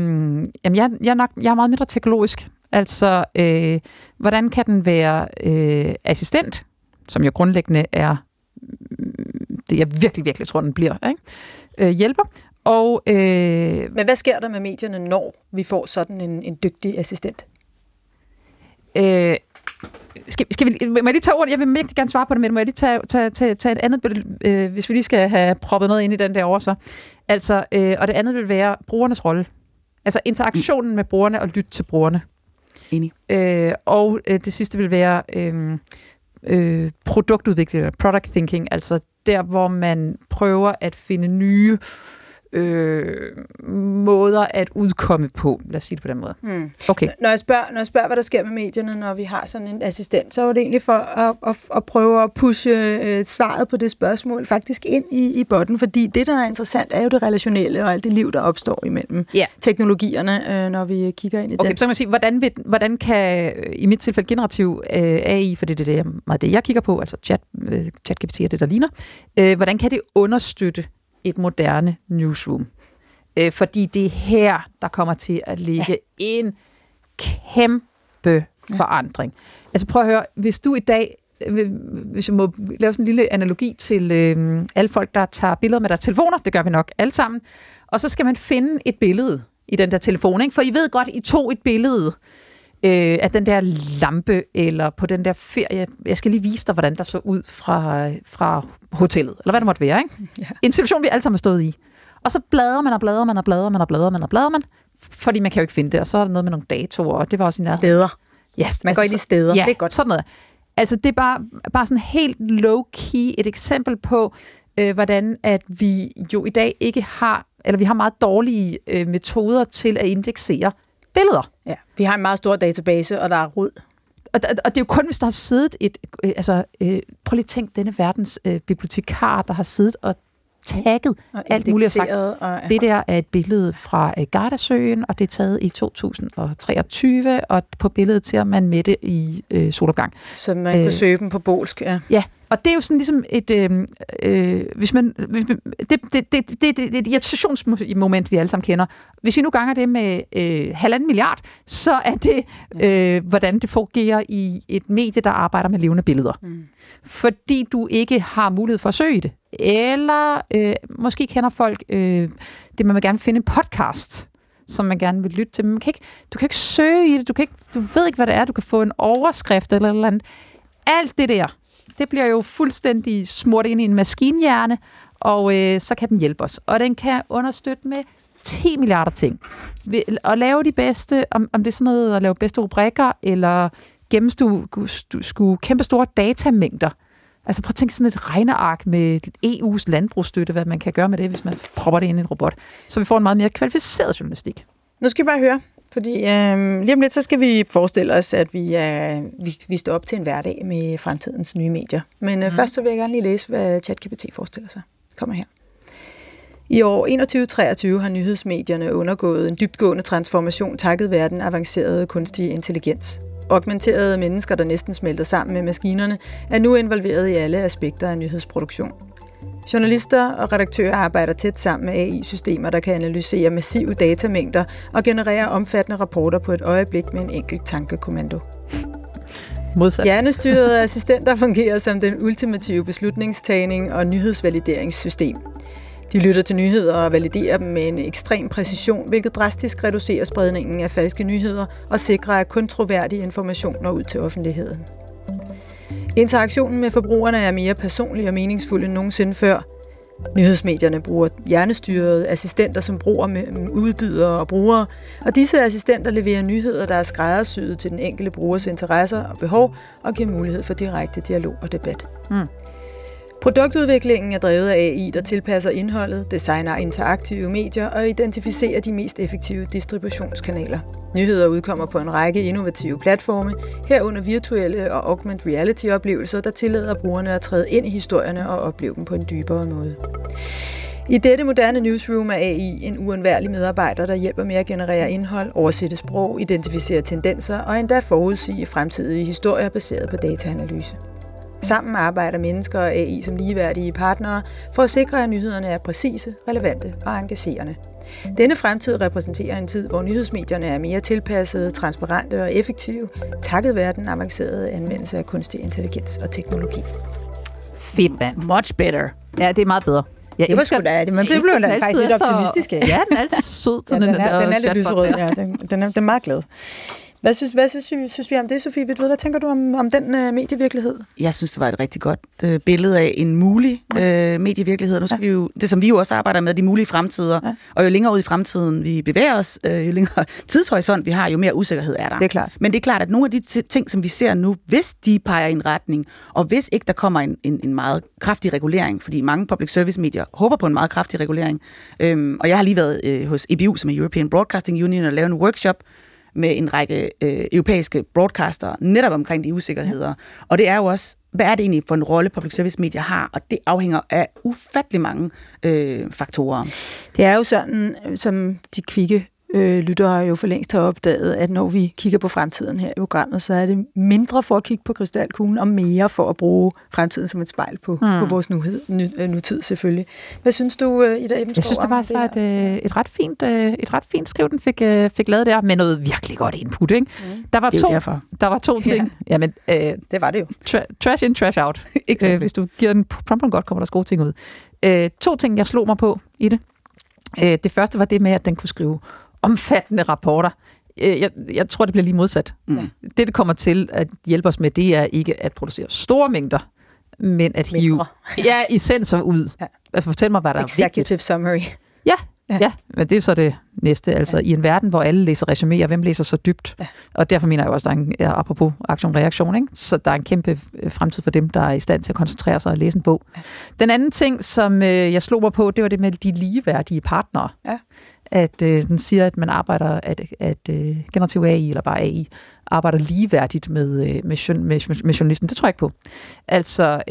er meget mindre teknologisk. Altså, hvordan kan den være assistent, som jo grundlæggende er det, jeg virkelig tror, den bliver, ikke? Hjælper. Og, men hvad sker der med medierne, når vi får sådan en dygtig assistent? Må jeg lige tage ordet? Jeg vil virkelig gerne svare på det, men må jeg lige tage et andet billede, hvis vi lige skal have proppet noget ind i den der over så. Altså, og det andet vil være brugernes rolle. Altså interaktionen med brugerne og lytte til brugerne. Enig. Og det sidste vil være produktudvikling, product thinking, altså der, hvor man prøver at finde nye måder at udkomme på. Lad os sige det på den måde. Okay. Når jeg spørger, hvad der sker med medierne, når vi har sådan en assistent, så er det egentlig for at prøve at pushe svaret på det spørgsmål faktisk ind i botten, fordi det, der er interessant, er jo det relationelle og alt det liv, der opstår imellem teknologierne, når vi kigger ind i det. Okay, så kan man sige, hvordan kan, i mit tilfælde, generativ AI, for det er meget det, jeg kigger på, altså ChatGPT er det, der ligner, hvordan kan det understøtte et moderne newsroom? Fordi det er her, der kommer til at ligge en kæmpe forandring. Altså prøv at høre, hvis du i dag, hvis jeg må lave sådan en lille analogi til alle folk, der tager billeder med deres telefoner, det gør vi nok alle sammen, og så skal man finde et billede i den der telefon, ikke? For I ved godt, I tog et billede af den der lampe, eller på den der ferie. Jeg skal lige vise dig, hvordan der så ud fra hotellet, eller hvad det måtte være, ikke? Ja. En situation, vi alle sammen har stået i. Og så bladrer man, fordi man kan jo ikke finde det, og så er der noget med nogle datoer, og det var også en steder. Yes, man går ind i steder, ja, det er godt. Sådan noget. Altså, det er bare sådan helt low-key et eksempel på, hvordan at vi jo i dag ikke har, eller vi har meget dårlige metoder til at indeksere billeder. Ja, vi har en meget stor database, og der er rod. Og det er jo kun, hvis der har siddet prøv lige at tænke, denne verdens bibliotekar, der har siddet og tagget og alt muligt og sagt, det der er et billede fra Gardasøen, og det er taget i 2023, og på billedet ser man med det i solopgang. Så man kunne søge dem på bolsk, ja. Ja, og det er jo sådan ligesom et, det er et irritationsmoment, vi alle sammen kender. Hvis I nu ganger det med 1,5 milliard, så er det, hvordan det fungerer i et medie, der arbejder med levende billeder. Fordi du ikke har mulighed for at søge i det. Eller måske kender folk det, man vil gerne finde en podcast, som man gerne vil lytte til. Men du kan ikke søge i det, du ved ikke, hvad det er. Du kan få en overskrift eller noget andet. Alt det der, det bliver jo fuldstændig smurt ind i en maskinhjerne, og så kan den hjælpe os. Og den kan understøtte med 10 milliarder ting. At lave de bedste, om det er sådan noget at lave bedste rubrikker, eller gennemskue kæmpe store datamængder. Altså prøv at tænke sådan et regneark med EU's landbrugsstøtte, hvad man kan gøre med det, hvis man propper det ind i en robot. Så vi får en meget mere kvalificeret journalistik. Nu skal vi bare høre. Fordi lige om lidt, så skal vi forestille os, at vi står op til en hverdag med fremtidens nye medier. Men først så vil jeg gerne lige læse, hvad ChatGPT forestiller sig. Det kommer her. I år 2021-2023 har nyhedsmedierne undergået en dybtgående transformation takket være den avancerede kunstige intelligens. Augmenterede mennesker, der næsten smelter sammen med maskinerne, er nu involveret i alle aspekter af nyhedsproduktion. Journalister og redaktører arbejder tæt sammen med AI-systemer, der kan analysere massive datamængder og generere omfattende rapporter på et øjeblik med en enkelt tankekommando. Modsat. Hjernestyrede assistenter fungerer som den ultimative beslutningstagning og nyhedsvalideringssystem. De lytter til nyheder og validerer dem med en ekstrem præcision, hvilket drastisk reducerer spredningen af falske nyheder og sikrer, at kun troværdig information når ud til offentligheden. Interaktionen med forbrugerne er mere personlig og meningsfuld end nogensinde før. Nyhedsmedierne bruger hjernestyrede assistenter, som bruger med udbydere og brugere, og disse assistenter leverer nyheder, der er skræddersyet til den enkelte brugers interesser og behov og giver mulighed for direkte dialog og debat. Produktudviklingen er drevet af AI, der tilpasser indholdet, designer interaktive medier og identificerer de mest effektive distributionskanaler. Nyheder udkommer på en række innovative platforme, herunder virtuelle og augmented reality-oplevelser, der tillader brugerne at træde ind i historierne og opleve dem på en dybere måde. I dette moderne newsroom er AI en uundværlig medarbejder, der hjælper med at generere indhold, oversætte sprog, identificere tendenser og endda forudsige fremtidige historier baseret på dataanalyse. Sammen arbejder mennesker og AI som ligeværdige partnere for at sikre, at nyhederne er præcise, relevante og engagerende. Denne fremtid repræsenterer en tid, hvor nyhedsmedierne er mere tilpassede, transparente og effektive, takket være den avancerede anvendelse af kunstig intelligens og teknologi. Fedt, mand. Much better. Ja, det er meget bedre. Det var sgu da, man blev faktisk lidt optimistisk af. Ja, den er altid så sød. Ja, den er lidt lyserød, ja. Den er meget glad. Hvad synes vi om det, Sofie? Hvad tænker du om den medievirkelighed? Jeg synes, det var et rigtig godt billede af en mulig medievirkelighed. Nu skal vi jo, det som vi jo også arbejder med, de mulige fremtider. Og jo længere ud i fremtiden vi bevæger os, jo længere tidshorisont vi har, jo mere usikkerhed er der. Det er klart. Men det er klart, at nogle af de ting, som vi ser nu, hvis de peger i en retning, og hvis ikke der kommer en meget kraftig regulering, fordi mange public service medier håber på en meget kraftig regulering. Og jeg har lige været hos EBU, som er European Broadcasting Union, og lavet en workshop med en række europæiske broadcaster, netop omkring de usikkerheder. Og det er jo også, hvad er det egentlig for en rolle public service medier har, og det afhænger af ufattelig mange faktorer. Det er jo sådan, som de kvikke lyttere jo for længst har opdaget, at når vi kigger på fremtiden her i programmet, så er det mindre for at kigge på krystalkuglen, og mere for at bruge fremtiden som et spejl på vores nutid selvfølgelig. Hvad synes du, Ida Ebbensgaard? Jeg synes, det var et ret fint skriv, den fik lavet der, med noget virkelig godt input, ikke? Der var to ting. Ja. Jamen, det var det jo. Trash in, trash out. Hvis du giver den prompten godt, kommer der gode ting ud. To ting, jeg slog mig på i det. Det første var det med, at den kunne skrive omfattende rapporter. Jeg tror, det bliver lige modsat. Det kommer til at hjælpe os med, det er ikke at producere store mængder, men at hive essenser ud. Ja. Altså fortæl mig, hvad der er vigtigt. Executive summary. Ja, men det er så det næste. Altså i en verden, hvor alle læser resuméer, hvem læser så dybt? Ja. Og derfor mener jeg også, at der er apropos aktion-reaktion, ikke? Så der er en kæmpe fremtid for dem, der er i stand til at koncentrere sig og læse en bog. Ja. Den anden ting, som jeg slog mig på, det var det med de ligeværdige partnere. Ja. At den siger, at man arbejder, at generativ AI, eller bare AI, arbejder ligeværdigt med journalisten. Det tror jeg ikke på. Altså,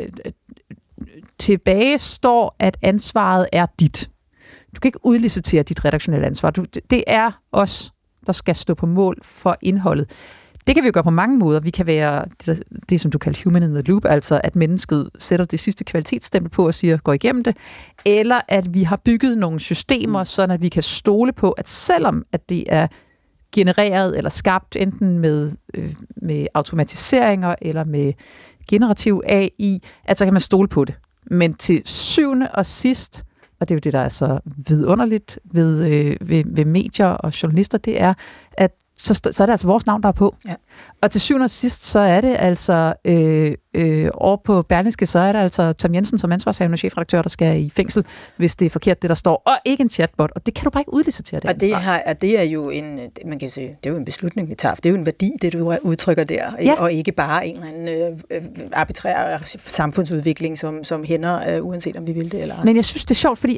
tilbage står, at ansvaret er dit. Du kan ikke udlicitere dit redaktionelle ansvar. Det er os, der skal stå på mål for indholdet. Det kan vi jo gøre på mange måder. Vi kan være det som du kalder human in the loop, altså at mennesket sætter det sidste kvalitetsstempel på og siger, gå igennem det. Eller at vi har bygget nogle systemer, sådan at vi kan stole på, at selvom at det er genereret eller skabt enten med automatiseringer eller med generativ AI, at så kan man stole på det. Men til syvende og sidst, og det er jo det, der er så vidunderligt ved medier og journalister, det er, at så er det altså vores navn, der er på. Ja. Og til syvende og sidst, så er det altså over på Berlingske, så er det altså Tom Jensen som ansvarshavende chefredaktør, der skal i fængsel, hvis det er forkert, det der står, og ikke en chatbot. Og det kan du bare ikke udlicitere det. Og det er jo man kan sige, det er jo en beslutning, vi tager. Det er jo en værdi, det du udtrykker der, og ikke bare en eller anden arbitrær samfundsudvikling, som hænder, uanset om vi vil det eller ej. Men jeg synes, det er sjovt, fordi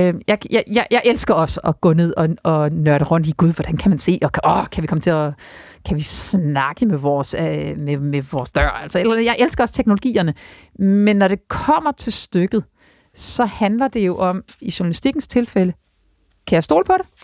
jeg elsker også at gå ned og nørde rundt i, gud, hvordan kan man se, og kan vi komme til at kan vi snakke med vores dør? Altså, jeg elsker også teknologierne, men når det kommer til stykket, så handler det jo om, i journalistikkens tilfælde, kan jeg stole på det?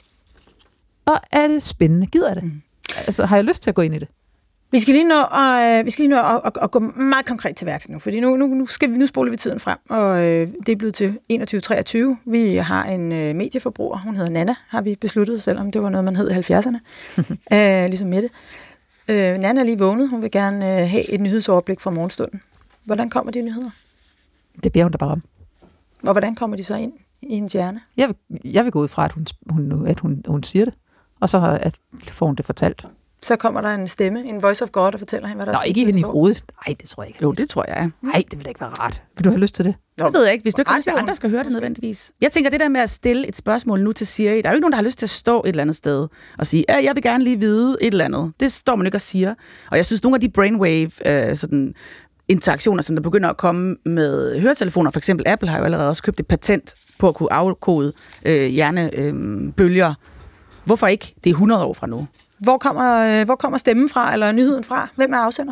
Og er det spændende? Gider jeg det? Altså, har jeg lyst til at gå ind i det? Vi skal lige nå at gå meget konkret til værks nu, fordi nu spoler vi tiden frem, og det er blevet til 21-23. Vi har en medieforbruger, hun hedder Nana, har vi besluttet, selvom det var noget, man hed i 70'erne, ligesom Mette. Nana er lige vågnet, hun vil gerne have et nyhedsoverblik fra morgenstunden. Hvordan kommer de nyheder? Det beder hun da bare om. Og hvordan kommer de så ind i hendes hjerne? Jeg vil gå ud fra, at hun siger det, og så får hun det fortalt. Så kommer der en stemme, en voice of God, der fortæller hende, hvad der er. Nå, ikke hende i hovedet. Nej, det tror jeg ikke. Jo, det tror jeg. Nej, det vil da ikke være rart. Vil du have lyst til det? Det ved jeg ikke. Hvis du ikke har lyst til, at andre skal høre det nødvendigvis. Jeg tænker, det der med at stille et spørgsmål nu til Siri, der er jo ikke nogen, der har lyst til at stå et eller andet sted og sige, jeg vil gerne lige vide et eller andet. Det står man ikke og siger. Og jeg synes, nogle af de brainwave sådan interaktioner, som der begynder at komme med høretelefoner, for eksempel Apple har jo allerede også købt et patent på at kunne afkode hjernebølger. Hvorfor ikke? Det er 100 år fra nu. Hvor kommer stemmen fra, eller nyheden fra? Hvem er afsender?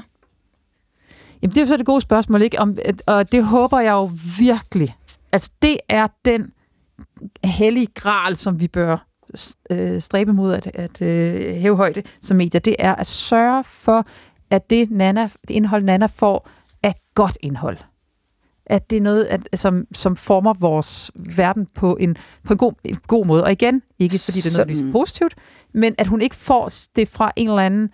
Jamen, det er jo så det gode spørgsmål, ikke? Og det håber jeg jo virkelig. Altså, det er den hellige gral, som vi bør stræbe mod at hæve højde som medier. Det er at sørge for, at det indhold, Nana får, er godt indhold. At det er noget, som former vores verden på en god måde. Og igen, ikke fordi det er noget positivt, men at hun ikke får det fra en eller anden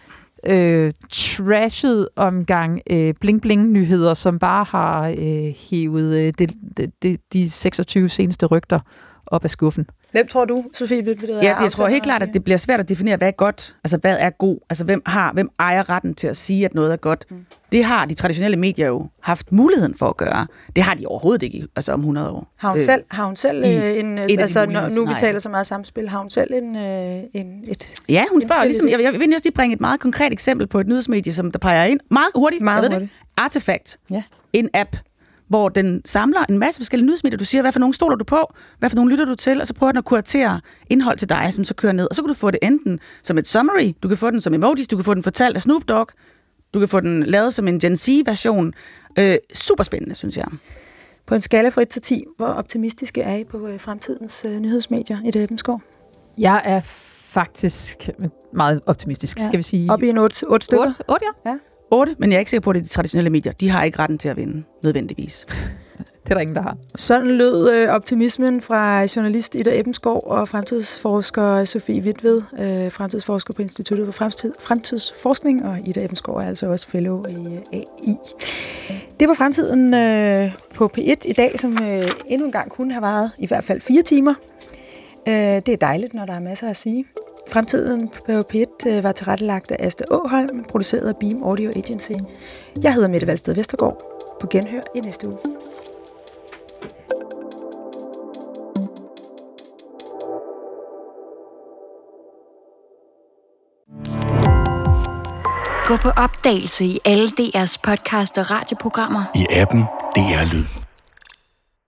trashet omgang bling-bling-nyheder, som bare har hævet de 26 seneste rygter op af skuffen. Hvem tror du, Sofie, ved det? Ja, jeg tror helt klart, at det bliver svært at definere, hvad er godt. Altså, hvad er god? Altså, hvem ejer retten til at sige, at noget er godt? Det har de traditionelle medier jo haft muligheden for at gøre. Det har de overhovedet ikke, altså om 100 år. Har hun selv en... Altså, nu vi taler så meget samspil, har hun selv et... Ja, hun spørger ligesom... Jeg vil også lige bringe et meget konkret eksempel på et nyhedsmedie, som der peger ind. Meget hurtigt. Det. Artefact. Ja. En app, hvor den samler en masse forskellige nyhedsmedier. Du siger, hvad for nogle stoler du på, hvad for nogle lytter du til, og så prøver den at kuratere indhold til dig, som så kører ned. Og så kan du få det enten som et summary, du kan få den som emojis, du kan få den fortalt af Snoop Dogg, du kan få den lavet som en Gen Z-version. Super spændende, synes jeg. På en skala fra 1 til 10, hvor optimistiske er I på fremtidens nyhedsmedier i det Ebenskov? Jeg er faktisk meget optimistisk, skal vi sige. Op i en 8 stykker? 8, ja. 8, men jeg er ikke sikker på, at det er de traditionelle medier. De har ikke retten til at vinde, nødvendigvis. Det er der ingen, der har. Sådan lød optimismen fra journalist Ida Ebenskov og fremtidsforsker Sofie Hvitved, fremtidsforsker på Instituttet for Fremtidsforskning, og Ida Ebenskov er altså også fellow i AI. Det var fremtiden på P1 i dag, som endnu en gang kunne have varet i hvert fald 4 timer. Det er dejligt, når der er masser at sige. Fremtiden på P1 var tilrettelagt af Asta Åholm, produceret af Beam Audio Agency. Jeg hedder Mette Valsted Vestergaard. På genhør i næste uge. Gå på opdagelse i alle DR's podcast og radioprogrammer. I appen DR Lyd.